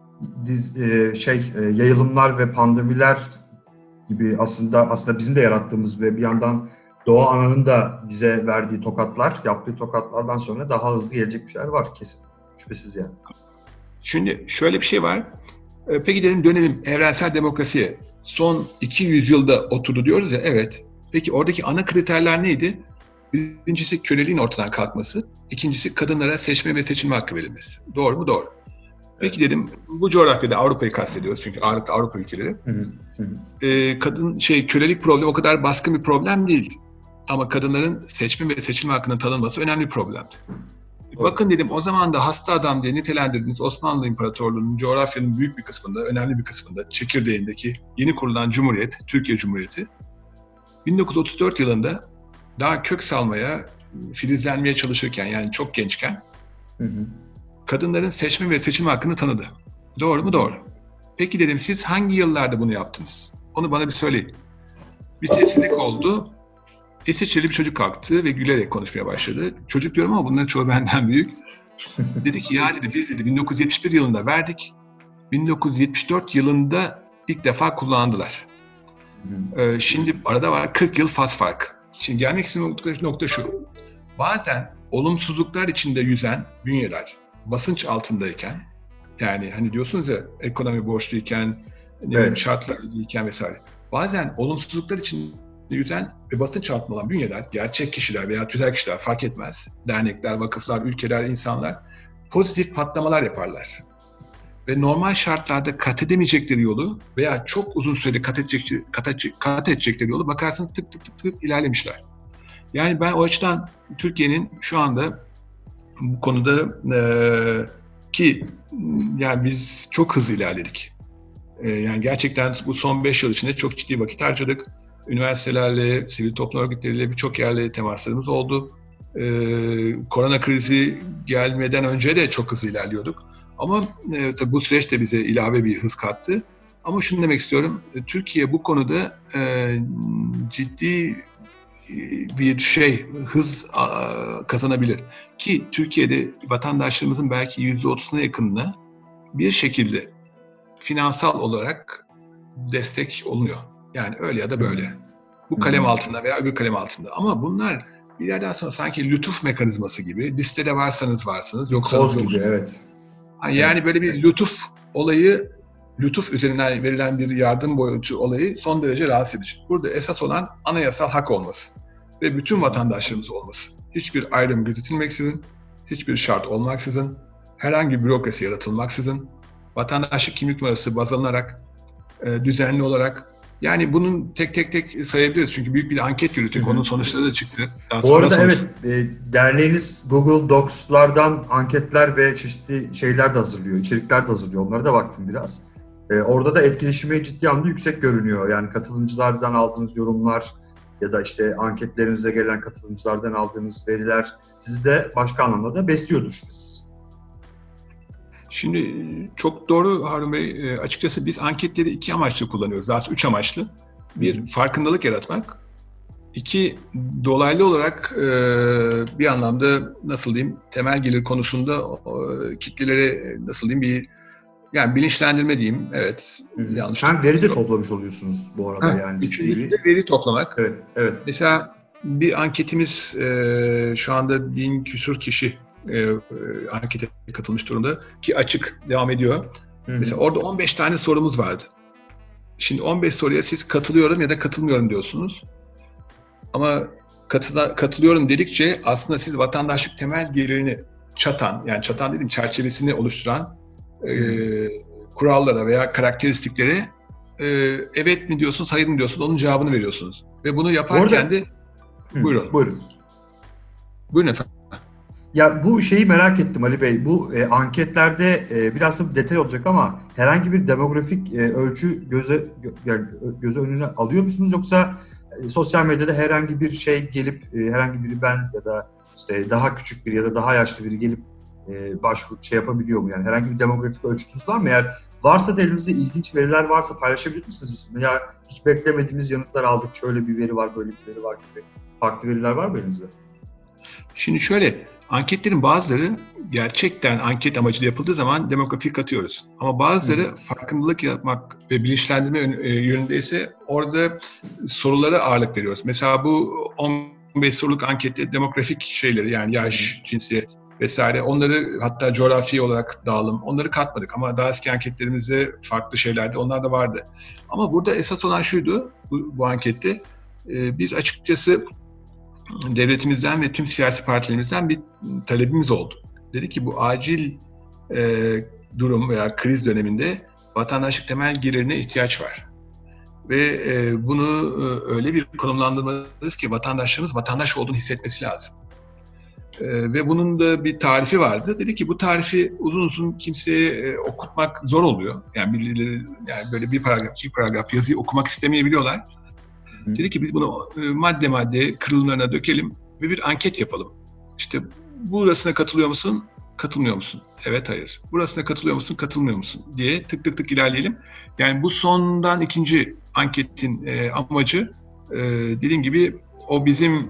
yayılımlar ve pandemiler gibi aslında bizim de yarattığımız ve bir yandan Doğa Ana'nın da bize verdiği tokatlar, yaptığı tokatlardan sonra daha hızlı gelecek bir şeyler var kesin. Şüphesiz yani. Şimdi şöyle bir şey var. Peki dönelim evrensel demokrasiye. Son 200 yılda oturdu diyoruz ya, evet. Peki oradaki ana kriterler neydi? Birincisi köleliğin ortadan kalkması. İkincisi kadınlara seçme ve seçilme hakkı verilmesi. Doğru mu? Doğru. Peki dedim bu coğrafyada Avrupa'yı kastediyoruz çünkü ağırlıklı Avrupa ülkeleri. Kölelik problemi o kadar baskın bir problem değildi. Ama kadınların seçme ve seçilme hakkının tanınması önemli bir problemdi. Bakın dedim o zaman da hasta adam diye nitelendirdiğiniz Osmanlı İmparatorluğu'nun coğrafyanın büyük bir kısmında, önemli bir kısmında çekirdeğindeki yeni kurulan Cumhuriyet, Türkiye Cumhuriyeti 1934 yılında daha kök salmaya, filizlenmeye çalışırken yani çok gençken kadınların seçme ve seçilme hakkını tanıdı. Doğru mu? Doğru. Peki dedim siz hangi yıllarda bunu yaptınız? Onu bana bir söyleyin. Bir sessizlik oldu. İsviçreli bir çocuk kalktı ve gülerek konuşmaya başladı. Çocuk diyorum ama bunların çoğu benden büyük. Dedi ki ya dedi biz dedi 1971 yılında verdik. 1974 yılında ilk defa kullandılar. Şimdi arada var 40 yıl faz fark. Şimdi gelmek istediğim nokta şu. Bazen olumsuzluklar içinde yüzen bünyeler basınç altındayken yani hani diyorsunuz ya ekonomi borçluyken, evet, şartlar iyiyken vesaire. Bazen olumsuzluklar içinde yüzen ve basınç altında olan bünyeler, gerçek kişiler veya tüzel kişiler fark etmez. Dernekler, vakıflar, ülkeler, insanlar pozitif patlamalar yaparlar. Ve normal şartlarda kat edemeyecekleri yolu veya çok uzun sürede kat edecekleri yolu bakarsınız tık tık tık tık ilerlemişler. Yani ben o açıdan Türkiye'nin şu anda bu konuda ki yani biz çok hızlı ilerledik. Yani gerçekten bu son 5 yıl içinde çok ciddi vakit harcadık. Üniversitelerle, sivil toplum örgütleriyle birçok yerle temaslarımız oldu. Korona krizi gelmeden önce de çok hızlı ilerliyorduk. Ama tabii bu süreç de bize ilave bir hız kattı. Ama şunu demek istiyorum, Türkiye bu konuda ciddi bir hız kazanabilir. Ki Türkiye'de vatandaşlarımızın belki %30'una yakınına bir şekilde finansal olarak destek olunuyor. Yani öyle ya da böyle. Bu kalem altında veya öbür kalem altında. Ama bunlar bir yerden sonra sanki lütuf mekanizması gibi, listede varsanız varsınız, yoksanız Koz gibi, evet. Yani böyle bir lütuf üzerinden verilen bir yardım boyutu olayı son derece rahatsız edici. Burada esas olan anayasal hak olması ve bütün vatandaşlarımız olması. Hiçbir ayrım gözetilmeksizin, hiçbir şart olmaksızın, herhangi bir bürokrasi yaratılmaksızın, vatandaşlık kimlik numarası baz alınarak, düzenli olarak, yani bunun tek sayabiliriz. Çünkü büyük bir anket yürüttük. Onun sonuçları da çıktı. Bu arada evet, derneğiniz Google Docs'lardan anketler ve çeşitli şeyler de hazırlıyor, içerikler de hazırlıyor. Onlara da baktım biraz. Orada da etkileşimi ciddi anlamda yüksek görünüyor. Yani katılımcılardan aldığınız yorumlar ya da işte anketlerinize gelen katılımcılardan aldığınız veriler sizi de başka anlamda da besliyordur şüphesiz. Şimdi çok doğru Harun Bey. Açıkçası biz anketleri 2 amaçlı kullanıyoruz. Daha 3 amaçlı. Bir, farkındalık yaratmak. 2, dolaylı olarak bir anlamda nasıl diyeyim, temel gelir konusunda kitlelere nasıl diyeyim yani bilinçlendirme diyeyim. Evet. Yanlış. Hem veri de toplamış oluyorsunuz bu arada yani. Üçüncüsü de veri toplamak. Evet. Mesela bir anketimiz şu anda 1000 küsur kişi ankete katılmış durumda ki açık devam ediyor. Mesela orada 15 tane sorumuz vardı. Şimdi 15 soruya siz katılıyorum ya da katılmıyorum diyorsunuz. Ama katılıyorum dedikçe aslında siz vatandaşlık temel gelirini çatan dedim, çerçevesini oluşturan kurallara veya karakteristiklere evet mi diyorsunuz, hayır mı diyorsunuz, onun cevabını veriyorsunuz. Ve bunu yaparken de buyurun. Buyurun efendim. Ya bu şeyi merak ettim Ali Bey. Bu anketlerde biraz da bir detay olacak ama herhangi bir demografik ölçü göze önüne alıyor musunuz, yoksa sosyal medyada herhangi bir şey gelip herhangi biri, ben ya da işte daha küçük biri ya da daha yaşlı biri gelip başvuru yapabiliyor mu? Yani herhangi bir demografik ölçütünüz var mı? Eğer varsa da elinizde ilginç veriler varsa paylaşabilir misiniz? Ya hiç beklemediğimiz yanıtlar aldık. Şöyle bir veri var, böyle bir veri var gibi. Farklı veriler var mı elinizde? Şimdi şöyle, anketlerin bazıları gerçekten anket amacıyla yapıldığı zaman demografik katıyoruz. Ama bazıları farkındalık yaratmak ve bilinçlendirme yönünde ise orada sorulara ağırlık veriyoruz. Mesela bu 15 soruluk ankette demografik şeyleri, yani yaş, cinsiyet vesaire, onları, hatta coğrafi olarak dağılım, onları katmadık. Ama daha eski anketlerimizde farklı şeylerdi, onlar da vardı. Ama burada esas olan şuydu, bu ankette biz açıkçası devletimizden ve tüm siyasi partilerimizden bir talebimiz oldu. Dedi ki bu acil durum veya kriz döneminde vatandaşlık temel gelirine ihtiyaç var. Ve bunu öyle bir konumlandırmalıyız ki vatandaşlarımız vatandaş olduğunu hissetmesi lazım. Ve bunun da bir tarifi vardı. Dedi ki bu tarifi uzun kimseye okutmak zor oluyor. Yani birileri böyle bir paragraf, 2 paragraf yazıyı okumak istemeyebiliyorlar. Dedi ki biz bunu madde madde kırılımlarına dökelim ve bir anket yapalım. İşte burasına katılıyor musun, katılmıyor musun? Evet, hayır. Burasına katılıyor musun, katılmıyor musun? Diye tık ilerleyelim. Yani bu sondan ikinci anketin amacı dediğim gibi o bizim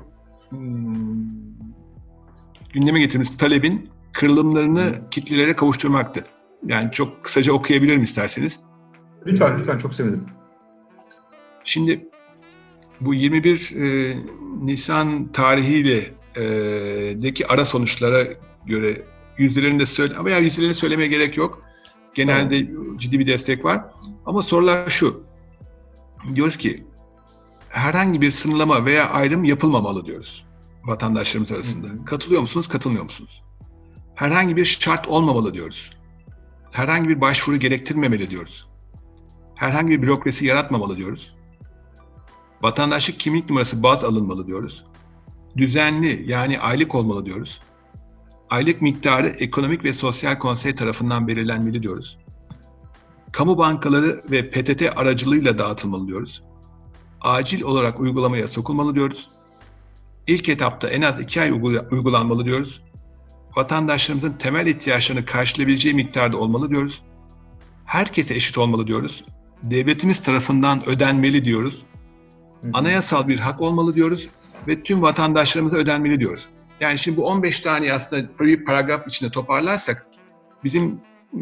gündeme getirdiğimiz talebin kırılımlarını kitlelere kavuşturmaktı. Yani çok kısaca okuyabilirim isterseniz. Lütfen çok sevinirim. Şimdi bu 21 Nisan tarihiyle deki ara sonuçlara göre yüzdelerini söylemeye gerek yok. Genelde ciddi bir destek var. Ama sorular şu. Diyoruz ki herhangi bir sınırlama veya ayrım yapılmamalı diyoruz vatandaşlarımız arasında. Katılıyor musunuz, katılmıyor musunuz? Herhangi bir şart olmamalı diyoruz. Herhangi bir başvuru gerektirmemeli diyoruz. Herhangi bir bürokrasi yaratmamalı diyoruz. Vatandaşlık kimlik numarası baz alınmalı diyoruz. Düzenli, yani aylık olmalı diyoruz. Aylık miktarı Ekonomik ve Sosyal Konsey tarafından belirlenmeli diyoruz. Kamu bankaları ve PTT aracılığıyla dağıtılmalı diyoruz. Acil olarak uygulamaya sokulmalı diyoruz. İlk etapta en az 2 ay uygulanmalı diyoruz. Vatandaşlarımızın temel ihtiyaçlarını karşılayabileceği miktarda olmalı diyoruz. Herkese eşit olmalı diyoruz. Devletimiz tarafından ödenmeli diyoruz. Anayasal bir hak olmalı diyoruz ve tüm vatandaşlarımıza ödenmeli diyoruz. Yani şimdi bu 15 tane aslında bir paragraf içinde toparlarsak bizim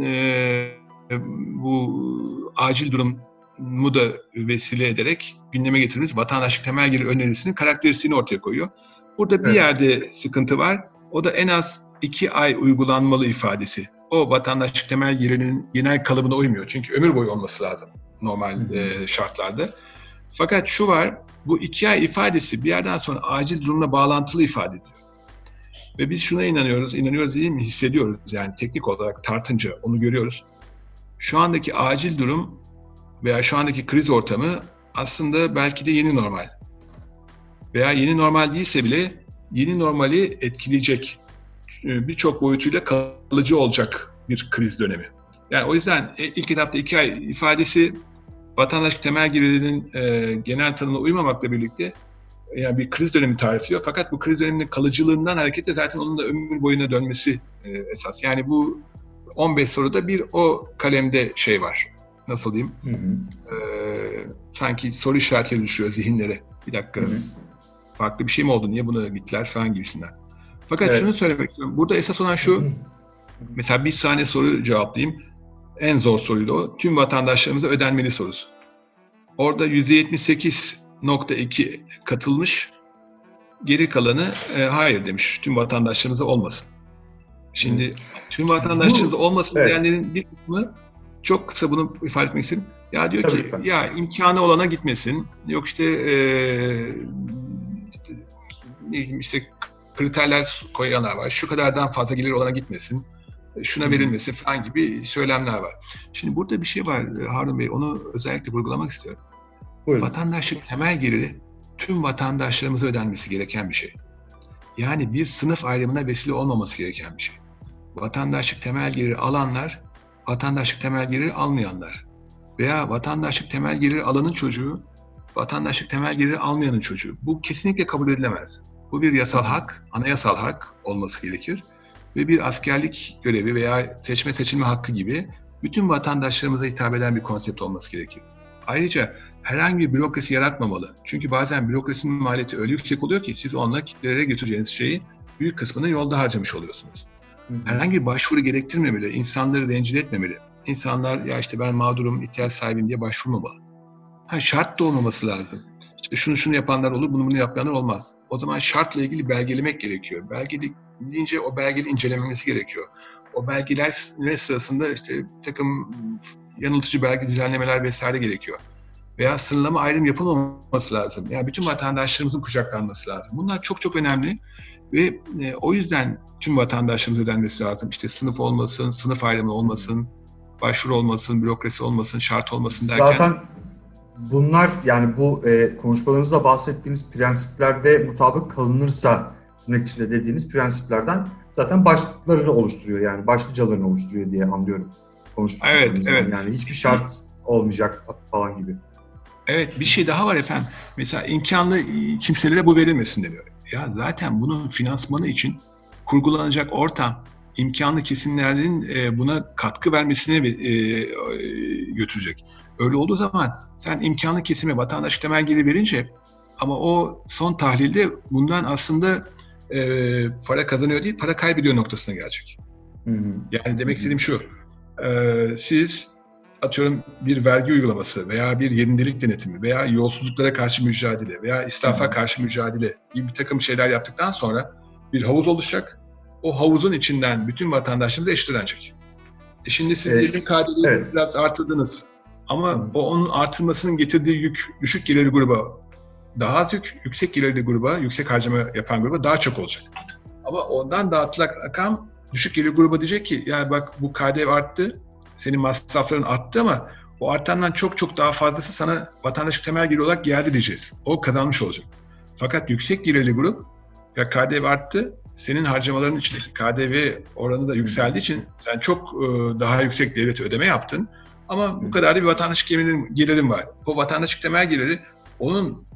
bu acil durumu da vesile ederek gündeme getirdiğimiz vatandaşlık temel gelir önerisinin karakteristiğini ortaya koyuyor. Burada bir yerde sıkıntı var. O da en az 2 ay uygulanmalı ifadesi. O vatandaşlık temel gelirinin genel kalıbına uymuyor. Çünkü ömür boyu olması lazım normal şartlarda. Fakat şu var, bu 2 ay ifadesi bir yerden sonra acil durumla bağlantılı ifade ediyor. Ve biz şuna inanıyoruz değil mi? Hissediyoruz yani teknik olarak tartınca onu görüyoruz. Şu andaki acil durum veya şu andaki kriz ortamı aslında belki de yeni normal. Veya yeni normal değilse bile yeni normali etkileyecek, birçok boyutuyla kalıcı olacak bir kriz dönemi. Yani o yüzden ilk etapta 2 ay ifadesi vatandaşlık temel gelirinin genel tanımına uymamakla birlikte yani bir kriz dönemi tarifliyor. Fakat bu kriz döneminin kalıcılığından hareketle zaten onun da ömür boyuna dönmesi esas. Yani bu 15 soruda bir o kalemde şey var. Nasıl diyeyim? Sanki soru işaretleri düşüyor zihinlere. Bir dakika. Farklı bir şey mi oldu? Niye buna gittiler falan gibisinden. Fakat şunu söylemek istiyorum. Burada esas olan şu. Mesela bir saniye soru cevaplayayım. En zor soruydu o. Tüm vatandaşlarımıza ödenmeli sorusu. Orada %78.2 katılmış. Geri kalanı hayır demiş. Tüm vatandaşlarımıza olmasın. Şimdi tüm vatandaşlarımıza olmasın diyenlerin bir kısmı çok kısa bunu ifade etmek istedim. Ya diyor ki ya imkanı olana gitmesin. Yok işte kriterler koyanlar var. Şu kadardan fazla gelir olana gitmesin. Şuna verilmesi falan gibi söylemler var. Şimdi burada bir şey var Harun Bey, onu özellikle vurgulamak istiyorum. Buyurun. Vatandaşlık temel geliri tüm vatandaşlarımıza ödenmesi gereken bir şey. Yani bir sınıf ayrımına vesile olmaması gereken bir şey. Vatandaşlık temel geliri alanlar, vatandaşlık temel geliri almayanlar veya vatandaşlık temel geliri alanın çocuğu, vatandaşlık temel geliri almayanın çocuğu. Bu kesinlikle kabul edilemez. Bu bir yasal hak, anayasal hak olması gerekir. Ve bir askerlik görevi veya seçme seçilme hakkı gibi bütün vatandaşlarımıza hitap eden bir konsept olması gerekir. Ayrıca herhangi bir bürokrasi yaratmamalı. Çünkü bazen bürokrasinin maliyeti öyle yüksek oluyor ki siz onunla kitlelere götüreceğiniz şeyi büyük kısmını yolda harcamış oluyorsunuz. Herhangi bir başvuru gerektirmemeli, insanları rencide etmemeli. İnsanlar ya işte ben mağdurum, ihtiyaç sahibim diye başvurmamalı. Şart da olmaması lazım. İşte şunu yapanlar olur, bunu yapmayanlar olmaz. O zaman şartla ilgili belgelemek gerekiyor. Belgelik deyince o belgeli incelenmesi gerekiyor. O belgeler sırasında işte bir takım yanıltıcı belge düzenlemeler vesaire gerekiyor. Veya sınırlama ayrım yapılmaması lazım. Yani bütün vatandaşlarımızın kucaklanması lazım. Bunlar çok çok önemli ve o yüzden tüm vatandaşlarımıza ödenmesi lazım. İşte sınıf olmasın, sınıf ayrımı olmasın, başvuru olmasın, bürokrasi olmasın, şart olmasın derken. Zaten bunlar yani bu konuşmalarınızda bahsettiğiniz prensiplerde mutabık kalınırsa tırnak içinde dediğiniz prensiplerden zaten başlıklarını oluşturuyor yani başlıcalarını oluşturuyor diye anlıyorum. Evet. Yani hiçbir şart olmayacak falan gibi. Evet, bir şey daha var efendim. Mesela imkanlı kimselere bu verilmesin deniyor. Ya zaten bunun finansmanı için kurgulanacak ortam imkanlı kesimlerin buna katkı vermesine götürecek. Öyle olduğu zaman sen imkanlı kesime vatandaşlık temel geliri verince ama o son tahlilde bundan aslında para kazanıyor değil, para kaybediyor noktasına gelecek. Yani demek istediğim şu, siz atıyorum bir vergi uygulaması veya bir yerindelik denetimi veya yolsuzluklara karşı mücadele veya israfa karşı mücadele gibi bir takım şeyler yaptıktan sonra bir havuz oluşacak. O havuzun içinden bütün vatandaşlarımız eşit ödenecek. Şimdi siz diyelim KDV'yi biraz artırdınız. Ama onun artırmasının getirdiği yük düşük gelirli gruba daha az yük, yüksek gelirli gruba, yüksek harcama yapan gruba daha çok olacak. Ama ondan dağıtılan rakam düşük gelirli gruba diyecek ki ya bak bu KDV arttı, senin masrafların arttı ama o artandan çok çok daha fazlası sana vatandaşlık temel geliri olarak geldi diyeceğiz. O kazanmış olacak. Fakat yüksek gelirli grup ya KDV arttı, senin harcamaların içindeki KDV oranı da yükseldiği için sen çok daha yüksek devlete ödeme yaptın. Ama bu kadar da bir vatandaşlık gelirin var. O vatandaşlık temel geliri onun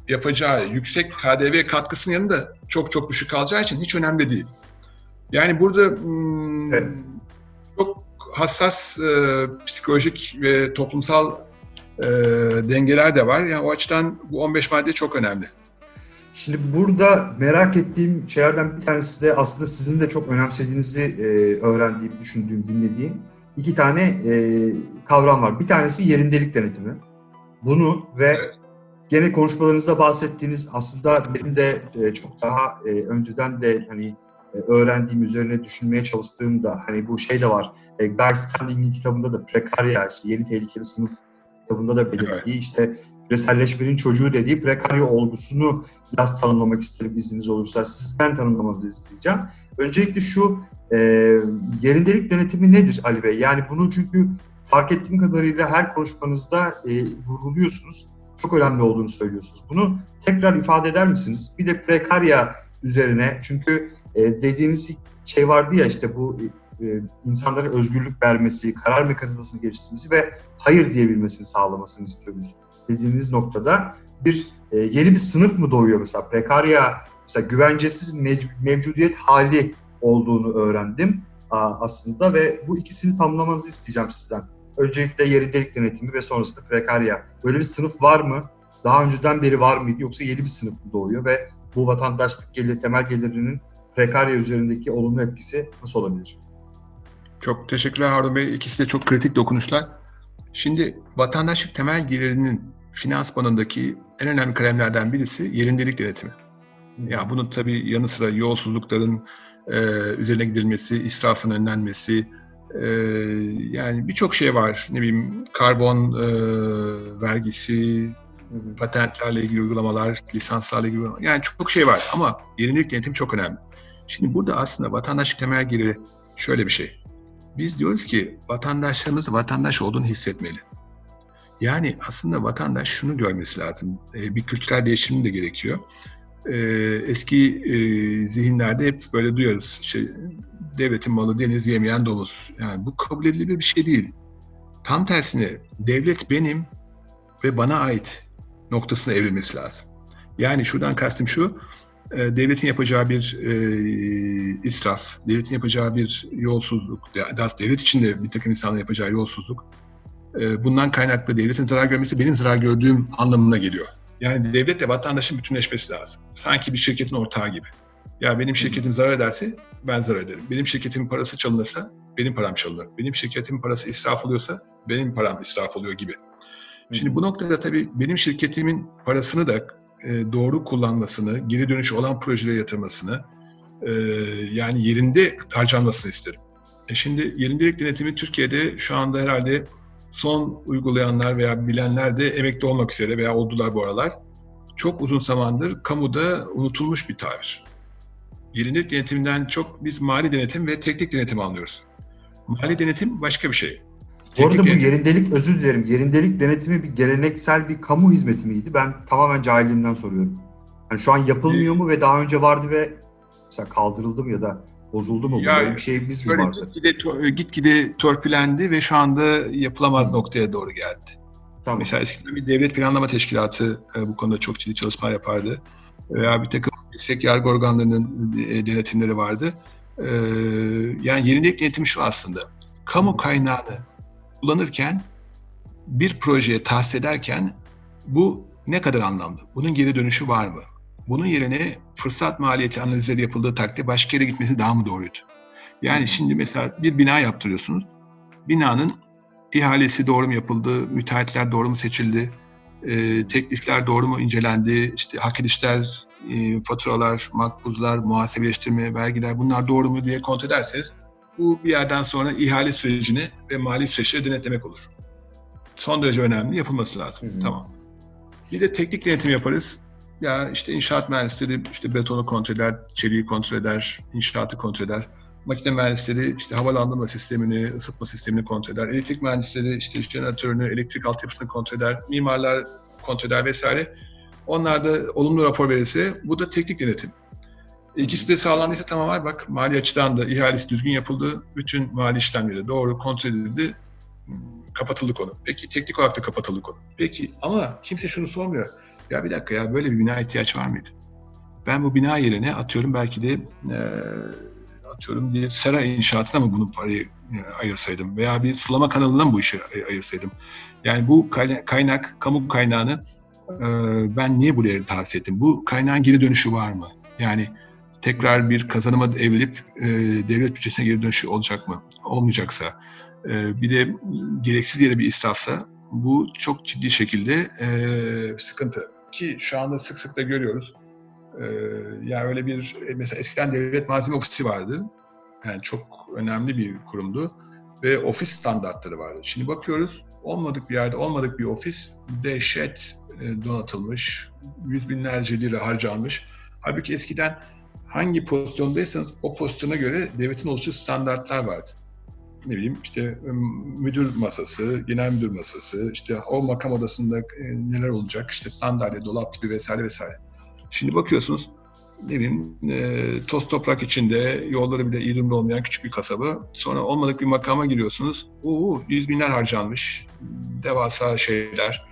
yapacağı yüksek KDV katkısının yanında çok çok düşük kalacağı için hiç önemli değil. Yani burada Evet. çok hassas psikolojik ve toplumsal dengeler de var. Yani o açıdan bu 15 madde çok önemli. Şimdi burada merak ettiğim şeylerden bir tanesi de aslında sizin de çok önemsediğinizi öğrendiğim, düşündüğüm, dinlediğim 2 tane kavram var. Bir tanesi yerindelik denetimi. Bunu ve Evet. gene konuşmalarınızda bahsettiğiniz, aslında benim de çok daha önceden de hani öğrendiğim, üzerine düşünmeye çalıştığım da hani bu şey de var. Guy Standing'in kitabında da prekarya, işte yeni tehlikeli sınıf kitabında da belirttiği, Evet. işte küreselleşmenin çocuğu dediği prekarya olgusunu biraz tanımlamak isterim, izniniz olursa. Sizden tanımlamanızı isteyeceğim. Öncelikle şu yerindelik denetimi nedir Ali Bey? Yani bunu çünkü fark ettiğim kadarıyla her konuşmanızda vurguluyorsunuz. Çok önemli olduğunu söylüyorsunuz. Bunu tekrar ifade eder misiniz? Bir de prekarya üzerine, çünkü dediğiniz şey vardı ya, işte bu insanlara özgürlük vermesi, karar mekanizmasını geliştirmesi ve hayır diyebilmesini sağlamasını istiyoruz dediğiniz noktada yeni bir sınıf mı doğuyor mesela? Prekarya, mesela güvencesiz mevcudiyet hali olduğunu öğrendim aslında ve bu ikisini tamamlamanızı isteyeceğim sizden. Öncelikle yerindelik denetimi ve sonrasında prekarya. Böyle bir sınıf var mı? Daha önceden beri var mıydı, yoksa yeni bir sınıf mı doğuyor ve bu vatandaşlık temel gelirinin prekarya üzerindeki olumlu etkisi nasıl olabilir? Çok teşekkürler Harun Bey. İkisi de çok kritik dokunuşlar. Şimdi vatandaşlık temel gelirinin finansmanındaki en önemli kalemlerden birisi yerindelik denetimi. Ya bunun tabii yanı sıra yolsuzlukların üzerine gidilmesi, israfın önlenmesi, yani birçok şey var. Ne bileyim, karbon vergisi, patentlerle ilgili uygulamalar, lisanslarla ilgili uygulamalar. Yani çok şey var ama yerindelik denetimi çok önemli. Şimdi burada aslında vatandaşlık temel geliri şöyle bir şey. Biz diyoruz ki vatandaşlarımız vatandaş olduğunu hissetmeli. Yani aslında vatandaş şunu görmesi lazım. Bir kültürel değişim de gerekiyor. Eski zihinlerde hep böyle duyarız. Devletin malı deniz yemeyen domuz. Yani bu kabul edilebilir bir şey değil. Tam tersine devlet benim ve bana ait noktasına evrilmesi lazım. Yani şuradan kastım şu. Devletin yapacağı bir israf, devletin yapacağı bir yolsuzluk, devlet içinde bir takım insanların yapacağı yolsuzluk, bundan kaynaklı devletin zarar görmesi benim zarar gördüğüm anlamına geliyor. Yani devletle vatandaşın bütünleşmesi lazım. Sanki bir şirketin ortağı gibi. Ya benim şirketim zarar ederse ben zarar ederim. Benim şirketimin parası çalınırsa benim param çalınır. Benim şirketimin parası israf oluyorsa benim param israf oluyor gibi. Şimdi bu noktada tabii benim şirketimin parasını da doğru kullanmasını, geri dönüşü olan projelere yatırmasını, yani yerinde harcanmasını isterim. Şimdi yerindelik denetimi Türkiye'de şu anda herhalde son uygulayanlar veya bilenler de emekli olmak üzere veya oldular bu aralar. Çok uzun zamandır kamuda unutulmuş bir tabir. Yerindelik denetiminden çok biz mali denetim ve teknik denetim anlıyoruz. Mali denetim başka bir şey. Bu arada bu yerindelik, özür dilerim, yerindelik denetimi bir geleneksel bir kamu hizmeti miydi? Ben tamamen cahilliğimden soruyorum. Yani şu an yapılmıyor mu ve daha önce vardı ve mesela kaldırıldı mı ya da bozuldu mu? Ya, böyle bir şeyimiz mi vardı? Gitgide torpilendi ve şu anda yapılamaz noktaya doğru geldi. Tamam. Mesela eskiden bir devlet planlama teşkilatı bu konuda çok ciddi çalışmalar yapardı. Veya bir takım yüksek yargı organlarının denetimleri vardı. Yani yerindelik denetimi şu aslında. Kamu kaynağını kullanırken, bir projeye tahsis ederken bu ne kadar anlamlı? Bunun geri dönüşü var mı? Bunun yerine fırsat maliyeti analizleri yapıldığı takdirde başka yere gitmesi daha mı doğruydu? Yani şimdi mesela bir bina yaptırıyorsunuz. Binanın ihalesi doğru mu yapıldı? Müteahhitler doğru mu seçildi? Teklifler doğru mu incelendi? İşte hak edişler, faturalar, makbuzlar, muhasebeleştirme, vergiler, bunlar doğru mu diye kontrol ederseniz bu bir yerden sonra ihale sürecini ve mali süreçleri denetlemek olur. Son derece önemli, yapılması lazım. Tamam. Bir de teknik denetim yaparız. Ya işte inşaat mühendisleri işte betonu kontrol eder, çeliği kontrol eder, inşaatı kontrol eder. Makine mühendisleri işte havalandırma sistemini, ısıtma sistemini kontrol eder. Elektrik mühendisleri işte jeneratörünü, elektrik altyapısını kontrol eder. Mimarlar kontrol eder vesaire. Onlar da olumlu rapor verirse bu da teknik denetim. İkisi de sağlandıysa tamam, bak mali açıdan da ihalesi düzgün yapıldı. Bütün mali işlemleri doğru kontrol edildi. Kapatıldı konu. Peki teknik olarak da kapatıldı konu. Peki ama kimse şunu sormuyor. Ya bir dakika ya, böyle bir bina ihtiyaç var mıydı? Ben bu bina yerine atıyorum belki de atıyorum bir saray inşaatına mı bunu parayı ayırsaydım veya bir sulama kanalına mı bu işi ayırsaydım? Yani bu kaynak, kamu kaynağını ben niye buraya tahsis ettim? Bu kaynağın geri dönüşü var mı? Yani tekrar bir kazanıma evrilip devlet bütçesine geri dönüşü olacak mı? Olmayacaksa, bir de gereksiz yere bir israfsa bu çok ciddi şekilde sıkıntı. Ki şu anda sık sık da görüyoruz. Yani öyle bir, mesela eskiden devlet malzeme ofisi vardı. Yani çok önemli bir kurumdu ve ofis standartları vardı. Şimdi bakıyoruz, olmadık bir yerde olmadık bir ofis, dehşet donatılmış, yüz binlerce lira harcanmış. Halbuki eskiden hangi pozisyondaysanız o pozisyona göre devletin oluşturduğu standartlar vardı. Ne bileyim işte müdür masası, genel müdür masası, işte o makam odasında neler olacak, işte sandalye, dolap tipi vesaire vesaire. Şimdi bakıyorsunuz, ne bileyim toz toprak içinde, yolları bile iyi durumda olmayan küçük bir kasaba. Sonra olmadık bir makama giriyorsunuz. Yüz binler harcanmış, devasa şeyler,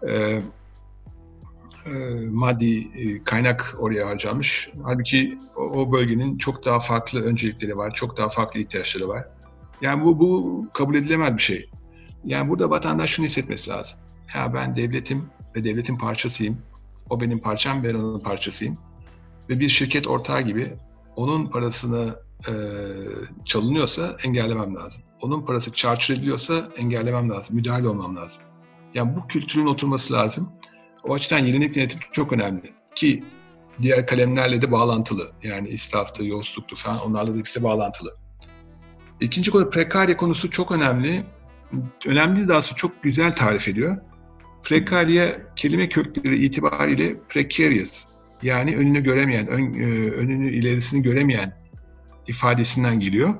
maddi kaynak oraya harcanmış. Halbuki o bölgenin çok daha farklı öncelikleri var, çok daha farklı ihtiyaçları var. Yani bu kabul edilemez bir şey. Yani burada vatandaş şunu hissetmesi lazım. Ya ben devletim ve devletin parçasıyım. O benim parçam, ben onun parçasıyım. Ve bir şirket ortağı gibi onun parasını çalınıyorsa engellemem lazım. Onun parası çarçur ediliyorsa engellemem lazım, müdahale olmam lazım. Yani bu kültürün oturması lazım. O açıdan yenilik yönetim çok önemli. Ki diğer kalemlerle de bağlantılı. Yani israftı, yolsuzluktu falan, onlarla da hepsi bağlantılı. İkinci konu, prekarya konusu çok önemli. Önemli, daha sonra çok güzel tarif ediyor. Prekarya kelime kökleri itibariyle precarious, yani önünü göremeyen, önünü ilerisini göremeyen ifadesinden geliyor.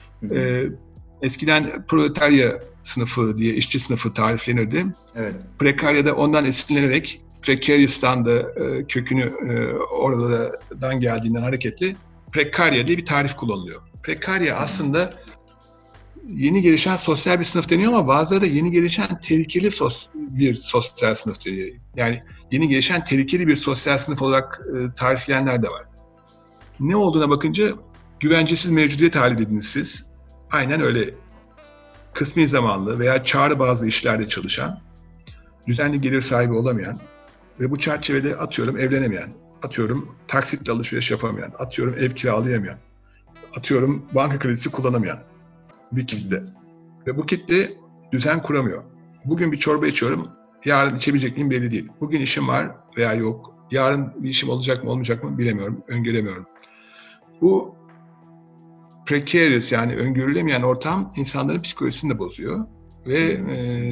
Eskiden proletarya sınıfı diye işçi sınıfı tariflenirdi. Evet. Prekarya da ondan esinlenerek precarious'tan da kökünü oradan geldiğinden hareketli prekarya diye bir tarif kullanılıyor. Prekarya aslında yeni gelişen sosyal bir sınıf deniyor ama bazıları da yeni gelişen tehlikeli bir sosyal sınıf diyor. Yani yeni gelişen tehlikeli bir sosyal sınıf olarak tarifleyenler de var. Ne olduğuna bakınca güvencesiz mevcudiyet hali dediniz siz. Aynen öyle. Kısmi zamanlı veya çağrı bazı işlerde çalışan, düzenli gelir sahibi olamayan ve bu çerçevede atıyorum evlenemeyen, atıyorum taksitle alışveriş yapamayan, atıyorum ev kiralayamayan, atıyorum banka kredisi kullanamayan bir kitle. Ve bu kitle düzen kuramıyor. Bugün bir çorba içiyorum, yarın içebilecek miyim belli değil. Bugün işim var veya yok. Yarın bir işim olacak mı olmayacak mı bilemiyorum, öngöremiyorum. Bu precarious, yani öngörülemeyen ortam insanların psikolojisini de bozuyor. Ve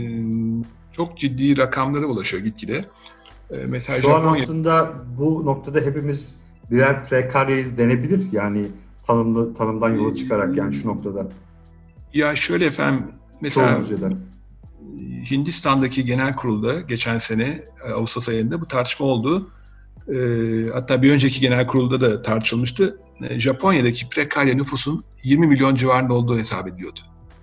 çok ciddi rakamlara ulaşıyor gitgide. Mesela şu an aslında bu noktada hepimiz birer prekaryayız denebilir. Yani tanımdan yola çıkarak, yani şu noktada. Ya şöyle efendim, mesela Çoğumuz Hindistan'daki genel kurulda geçen sene Ağustos ayında bu tartışma oldu. Hatta bir önceki genel kurulda da tartışılmıştı. Japonya'daki prekarya nüfusun 20 milyon civarında olduğu hesap ediliyordu.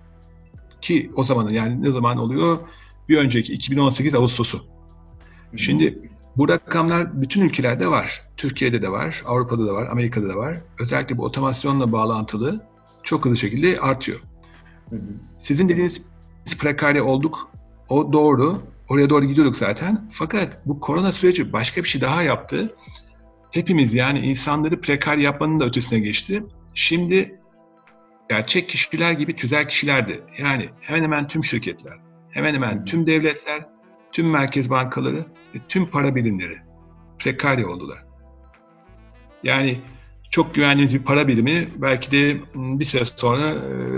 Ki o zaman, yani ne zaman oluyor? Bir önceki 2018 Ağustos'u. Şimdi bu rakamlar bütün ülkelerde var. Türkiye'de de var, Avrupa'da da var, Amerika'da da var. Özellikle bu otomasyonla bağlantılı çok hızlı şekilde artıyor. Sizin dediğiniz prekarya olduk, o doğru. Oraya doğru gidiyorduk zaten. Fakat bu korona süreci başka bir şey daha yaptı. Hepimiz, yani insanları prekar yapmanın da ötesine geçti. Şimdi gerçek kişiler gibi tüzel kişilerdi. Yani hemen hemen tüm şirketler, hemen hemen tüm devletler, tüm merkez bankaları ve tüm para birimleri prekarya oldular. Yani çok güvendiğiniz bir para birimi belki de bir süre sonra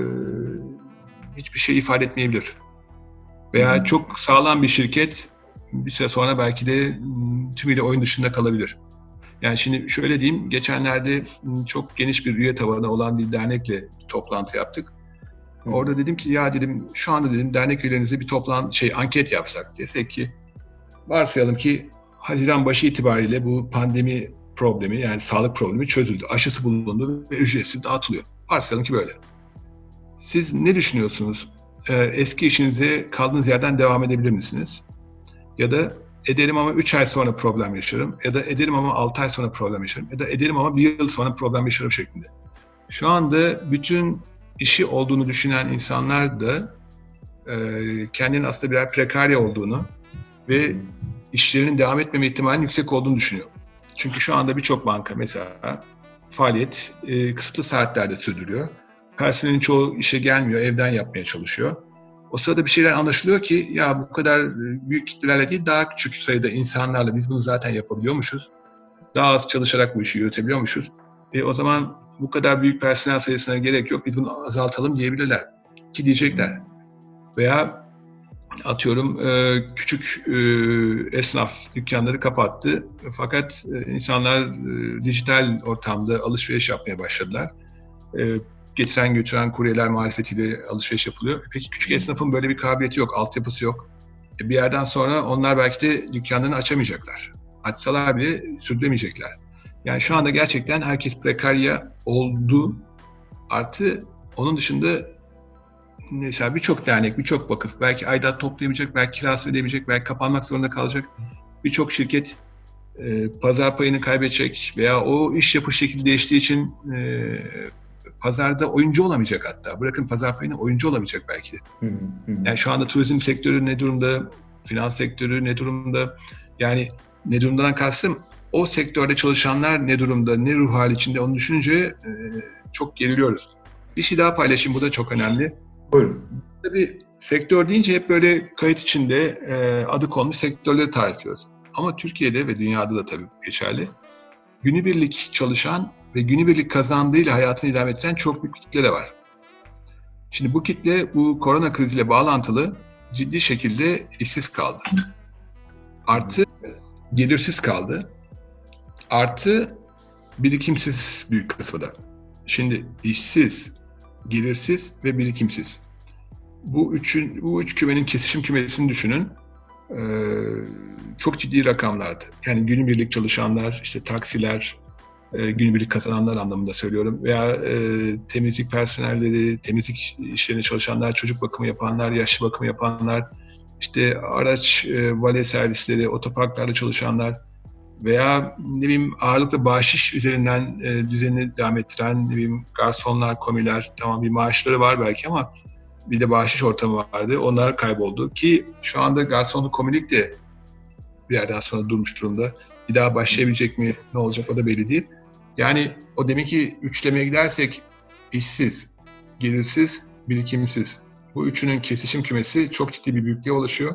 hiçbir şey ifade etmeyebilir. Veya çok sağlam bir şirket bir süre sonra belki de tümüyle oyun dışında kalabilir. Yani şimdi şöyle diyeyim, geçenlerde çok geniş bir üye tabanı olan bir dernekle bir toplantı yaptık. Orada dedim ki, ya dedim, şu anda dedim dernek üyelerinize bir anket yapsak, desek ki varsayalım ki Haziran başı itibariyle bu pandemi problemi, yani sağlık problemi çözüldü. Aşısı bulundu ve ücretsiz dağıtılıyor. Varsayalım ki böyle. Siz ne düşünüyorsunuz? Eski işinize kaldığınız yerden devam edebilir misiniz? Ya da ederim ama 3 ay sonra problem yaşarım. Ya da ederim ama 6 ay sonra problem yaşarım. Ya da ederim ama 1 yıl sonra problem yaşarım şeklinde. Şu anda bütün işi olduğunu düşünen insanlar da kendinin aslında birer prekarya olduğunu ve işlerinin devam etmeme ihtimalinin yüksek olduğunu düşünüyor. Çünkü şu anda birçok banka mesela faaliyet kısıtlı saatlerde sürdürüyor. Personelin çoğu işe gelmiyor, evden yapmaya çalışıyor. O sırada bir şeyler anlaşılıyor ki ya bu kadar büyük kitlelerle değil daha küçük sayıda insanlarla biz bunu zaten yapabiliyormuşuz. Daha az çalışarak bu işi yürütebiliyormuşuz. O zaman bu kadar büyük personel sayısına gerek yok, biz bunu azaltalım diyebilirler. Ki diyecekler. Veya atıyorum küçük esnaf dükkanları kapattı. Fakat insanlar dijital ortamda alışveriş yapmaya başladılar. Getiren götüren kuryeler marifetiyle alışveriş yapılıyor. Peki küçük esnafın böyle bir kabiliyeti yok, altyapısı yok. Bir yerden sonra onlar belki de dükkanlarını açamayacaklar. Açsalar bile sürdüremeyecekler. Yani şu anda gerçekten herkes prekarya oldu. Artı onun dışında mesela birçok dernek, birçok vakıf belki aidat toplayamayacak, belki kirası ödeyemeyecek, belki kapanmak zorunda kalacak. Birçok şirket pazar payını kaybedecek veya o iş yapış şekli değiştiği için pazarda oyuncu olamayacak hatta. Bırakın pazar payını oyuncu olamayacak belki de. Yani şu anda turizm sektörü ne durumda, finans sektörü ne durumda? Yani ne durumdan kastım o sektörde çalışanlar ne durumda, ne ruh hali içinde onu düşününce çok geriliyoruz. Bir şey daha paylaşayım, bu da çok önemli. Buyurun. Tabii sektör deyince hep böyle kayıt içinde adı konmuş sektörleri tarifliyoruz. Ama Türkiye'de ve dünyada da tabii geçerli. Günübirlik çalışan ve günübirlik kazandığıyla hayatını idame ettiren çok büyük bir kitle de var. Şimdi bu kitle bu korona kriziyle bağlantılı ciddi şekilde işsiz kaldı. Artı gelirsiz kaldı. Artı birikimsiz büyük kısmı da. Şimdi işsiz, gelirsiz ve birikimsiz. Bu üç kümenin kesişim kümesini düşünün. Çok ciddi rakamlardı. Yani günübirlik çalışanlar, işte taksiler, günübirlik kazananlar anlamında söylüyorum. Veya temizlik personelleri, temizlik işlerinde çalışanlar, çocuk bakımı yapanlar, yaşlı bakımı yapanlar, işte araç vale servisleri, otoparklarda çalışanlar veya ne bileyim ağırlıklı bahşiş üzerinden düzenini devam ettiren ne bileyim garsonlar, komiler, tamam bir maaşları var belki ama bir de bahşiş ortamı vardı. Onlar kayboldu ki şu anda garsonluk, komilik de bir yerden sonra durmuş durumda. Bir daha başlayabilecek mi, ne olacak o da belli değil. Yani o demek ki üçlemeye gidersek işsiz, gelirsiz, birikimsiz. Bu üçünün kesişim kümesi çok ciddi bir büyüklüğe ulaşıyor.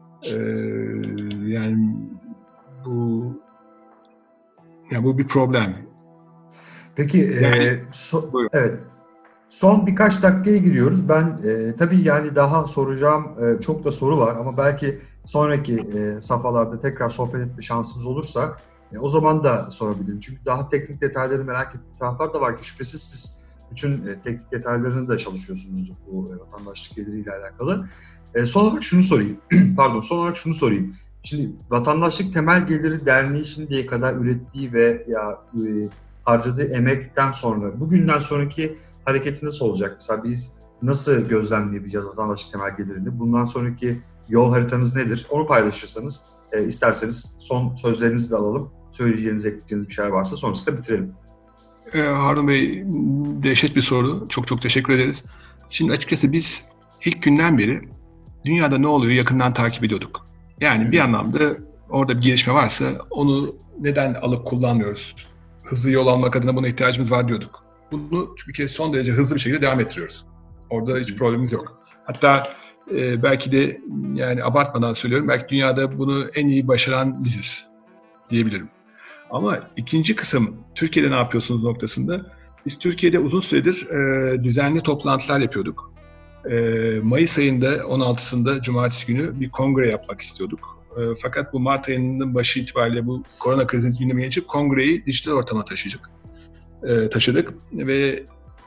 Yani bu bir problem. Peki Yani, evet. Son birkaç dakikaya giriyoruz. Ben tabii yani daha soracağım çok da soru var ama belki sonraki safhalarda tekrar sohbet etme şansımız olursa o zaman da sorabilirim. Çünkü daha teknik detayları merak ettiğim taraflar da var ki şüphesiz siz bütün teknik detaylarını da çalışıyorsunuz bu vatandaşlık geliriyle alakalı. Son olarak şunu sorayım. Son olarak şunu sorayım. Şimdi Vatandaşlık Temel Geliri Derneği şimdiye kadar ürettiği ve harcadığı emekten sonra, bugünden sonraki hareketi nasıl olacak? Mesela biz nasıl gözlemleyebileceğiz vatandaşlık temel gelirini? Bundan sonraki yol haritanız nedir? Onu paylaşırsanız, isterseniz son sözlerinizi de alalım. Söyleyeceğiniz, ekleyeceğiniz bir şeyler varsa sonrasında bitirelim. Harun Bey, dehşet bir soru. Çok çok teşekkür ederiz. Şimdi açıkçası biz ilk günden beri dünyada ne oluyor yakından takip ediyorduk. Yani bir anlamda orada bir gelişme varsa onu neden alıp kullanmıyoruz? Hızlı yol almak adına buna ihtiyacımız var diyorduk. Bunu bir kez son derece hızlı bir şekilde devam ettiriyoruz. Orada hiç problemimiz yok. Hatta belki de yani abartmadan söylüyorum, belki dünyada bunu en iyi başaran biziz diyebilirim. Ama ikinci kısım, Türkiye'de ne yapıyorsunuz noktasında, biz Türkiye'de uzun süredir düzenli toplantılar yapıyorduk. Mayıs ayında 16'sında Cumartesi günü bir kongre yapmak istiyorduk. Fakat bu Mart ayının başı itibariyle bu korona krizinin gündemine geçip kongreyi dijital ortama taşıdık ve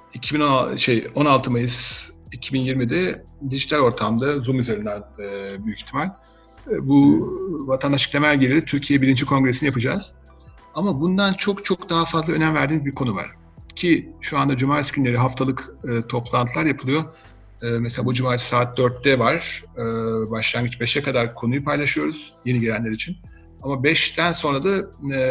16 Mayıs 2020'de dijital ortamda Zoom üzerinden büyük ihtimal bu vatandaşlık temel geliri Türkiye 1. Kongresini yapacağız. Ama bundan çok çok daha fazla önem verdiğimiz bir konu var. Ki şu anda Cumartesi günleri haftalık toplantılar yapılıyor. Mesela bu cumartesi saat 4'te var. Başlangıç 5'e kadar konuyu paylaşıyoruz yeni gelenler için. Ama 5'ten sonra da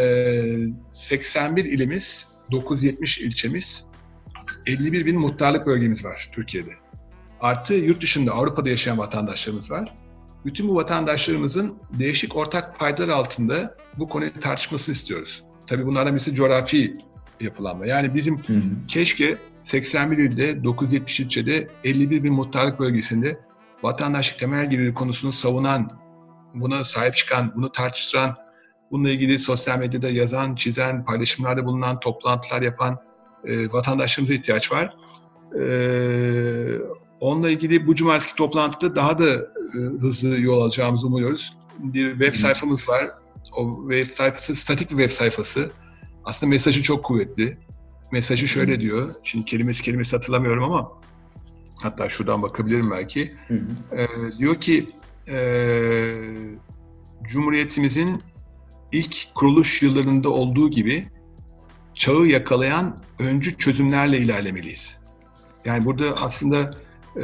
81 ilimiz, 970 ilçemiz, 51 bin muhtarlık bölgemiz var Türkiye'de. Artı yurt dışında Avrupa'da yaşayan vatandaşlarımız var. Bütün bu vatandaşlarımızın değişik ortak paydalar altında bu konuyu tartışmasını istiyoruz. Tabii bunlardan birisi coğrafi yapılanma. Yani bizim keşke 81 ilde, 970 ilçede, 51 bin muhtarlık bölgesinde vatandaşlık temel geliri konusunu savunan, buna sahip çıkan, bunu tartıştıran, bununla ilgili sosyal medyada yazan, çizen, paylaşımlarda bulunan, toplantılar yapan vatandaşlarımıza ihtiyaç var. Onunla ilgili bu cumartesi toplantıda daha da hızlı yol alacağımızı umuyoruz. Bir web sayfamız var. O web sayfası statik bir web sayfası. Aslında mesajı çok kuvvetli. Mesajı şöyle diyor. Şimdi kelimesi hatırlamıyorum ama hatta şuradan bakabilirim belki. Diyor ki Cumhuriyetimizin ilk kuruluş yıllarında olduğu gibi çağı yakalayan öncü çözümlerle ilerlemeliyiz. Yani burada aslında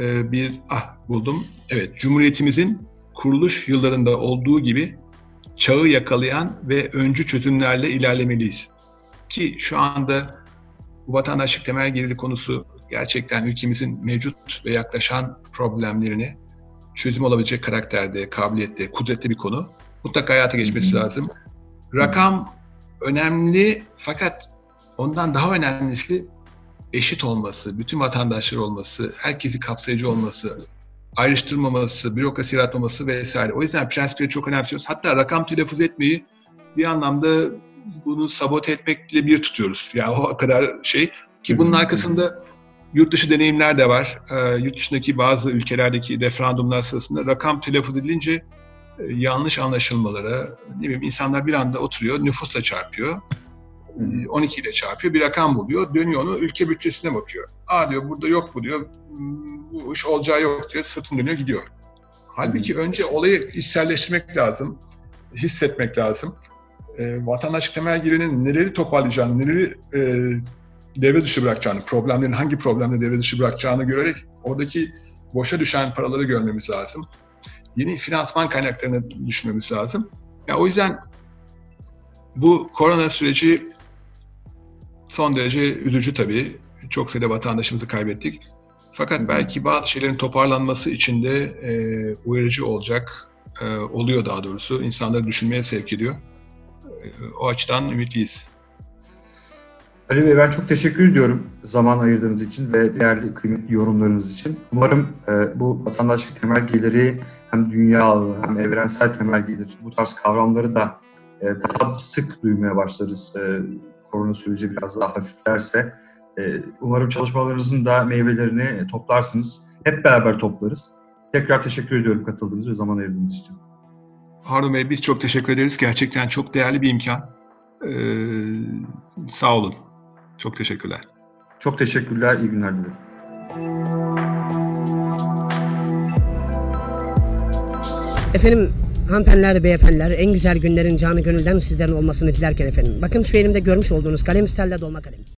buldum. Evet, Cumhuriyetimizin kuruluş yıllarında olduğu gibi çağı yakalayan ve öncü çözümlerle ilerlemeliyiz. Ki şu anda bu vatandaşlık temel geliri konusu gerçekten ülkemizin mevcut ve yaklaşan problemlerini çözüm olabilecek karakterde, kabiliyette, kudretli bir konu. Mutlaka hayata geçmesi lazım. Rakam önemli fakat ondan daha önemlisi eşit olması, bütün vatandaşlar olması, herkesi kapsayıcı olması, ayrıştırmaması, bürokrasi yaratmaması vesaire. O yüzden prensipleri çok önemsiyoruz. Hatta rakam telaffuz etmeyi bir anlamda bunu sabote etmekle bir tutuyoruz. Yani o kadar şey ki bunun arkasında yurt dışı deneyimler de var. Yurt dışındaki bazı ülkelerdeki referandumlar sırasında rakam telaffuz edilince yanlış anlaşılmalara, ne bileyim insanlar bir anda oturuyor, nüfusla çarpıyor. 12 ile çarpıyor, bir rakam buluyor, dönüyor onu ülke bütçesine bakıyor. Diyor burada yok bu diyor, bu iş olacağı yok diyor, sırtını dönüyor gidiyor. Halbuki önce olayı içselleştirmek lazım, hissetmek lazım. Vatandaşlık temel gelirinin neleri toparlayacağını, neleri devre dışı bırakacağını, problemlerin hangi problemleri devre dışı bırakacağını görerek oradaki boşa düşen paraları görmemiz lazım. Yeni finansman kaynaklarını düşünmemiz lazım. O yüzden bu korona süreci son derece üzücü tabii. Çok sayıda vatandaşımızı kaybettik. Fakat belki bazı şeylerin toparlanması için de uyarıcı olacak, oluyor daha doğrusu. İnsanları düşünmeye sevk ediyor. O açıdan ümitliyiz. Ali Bey, ben çok teşekkür ediyorum zaman ayırdığınız için ve değerli, kıymetli yorumlarınız için. Umarım bu vatandaşlık temel geliri hem dünyalı hem evrensel temel gelir, bu tarz kavramları da daha sık duymaya başlarız. Korona süreci biraz daha hafiflerse. Umarım çalışmalarınızın da meyvelerini toplarsınız. Hep beraber toplarız. Tekrar teşekkür ediyorum katıldığınız ve zaman ayırdığınız için. Harun Bey, biz çok teşekkür ederiz. Gerçekten çok değerli bir imkan. Sağ olun. Çok teşekkürler. Çok teşekkürler. İyi günler dilerim. Efendim, hanımefendiler, beyefendiler, en güzel günlerin canı gönülden sizlerin olmasını dilerken efendim. Bakın şu elimde görmüş olduğunuz kalem, Stella dolma kalem.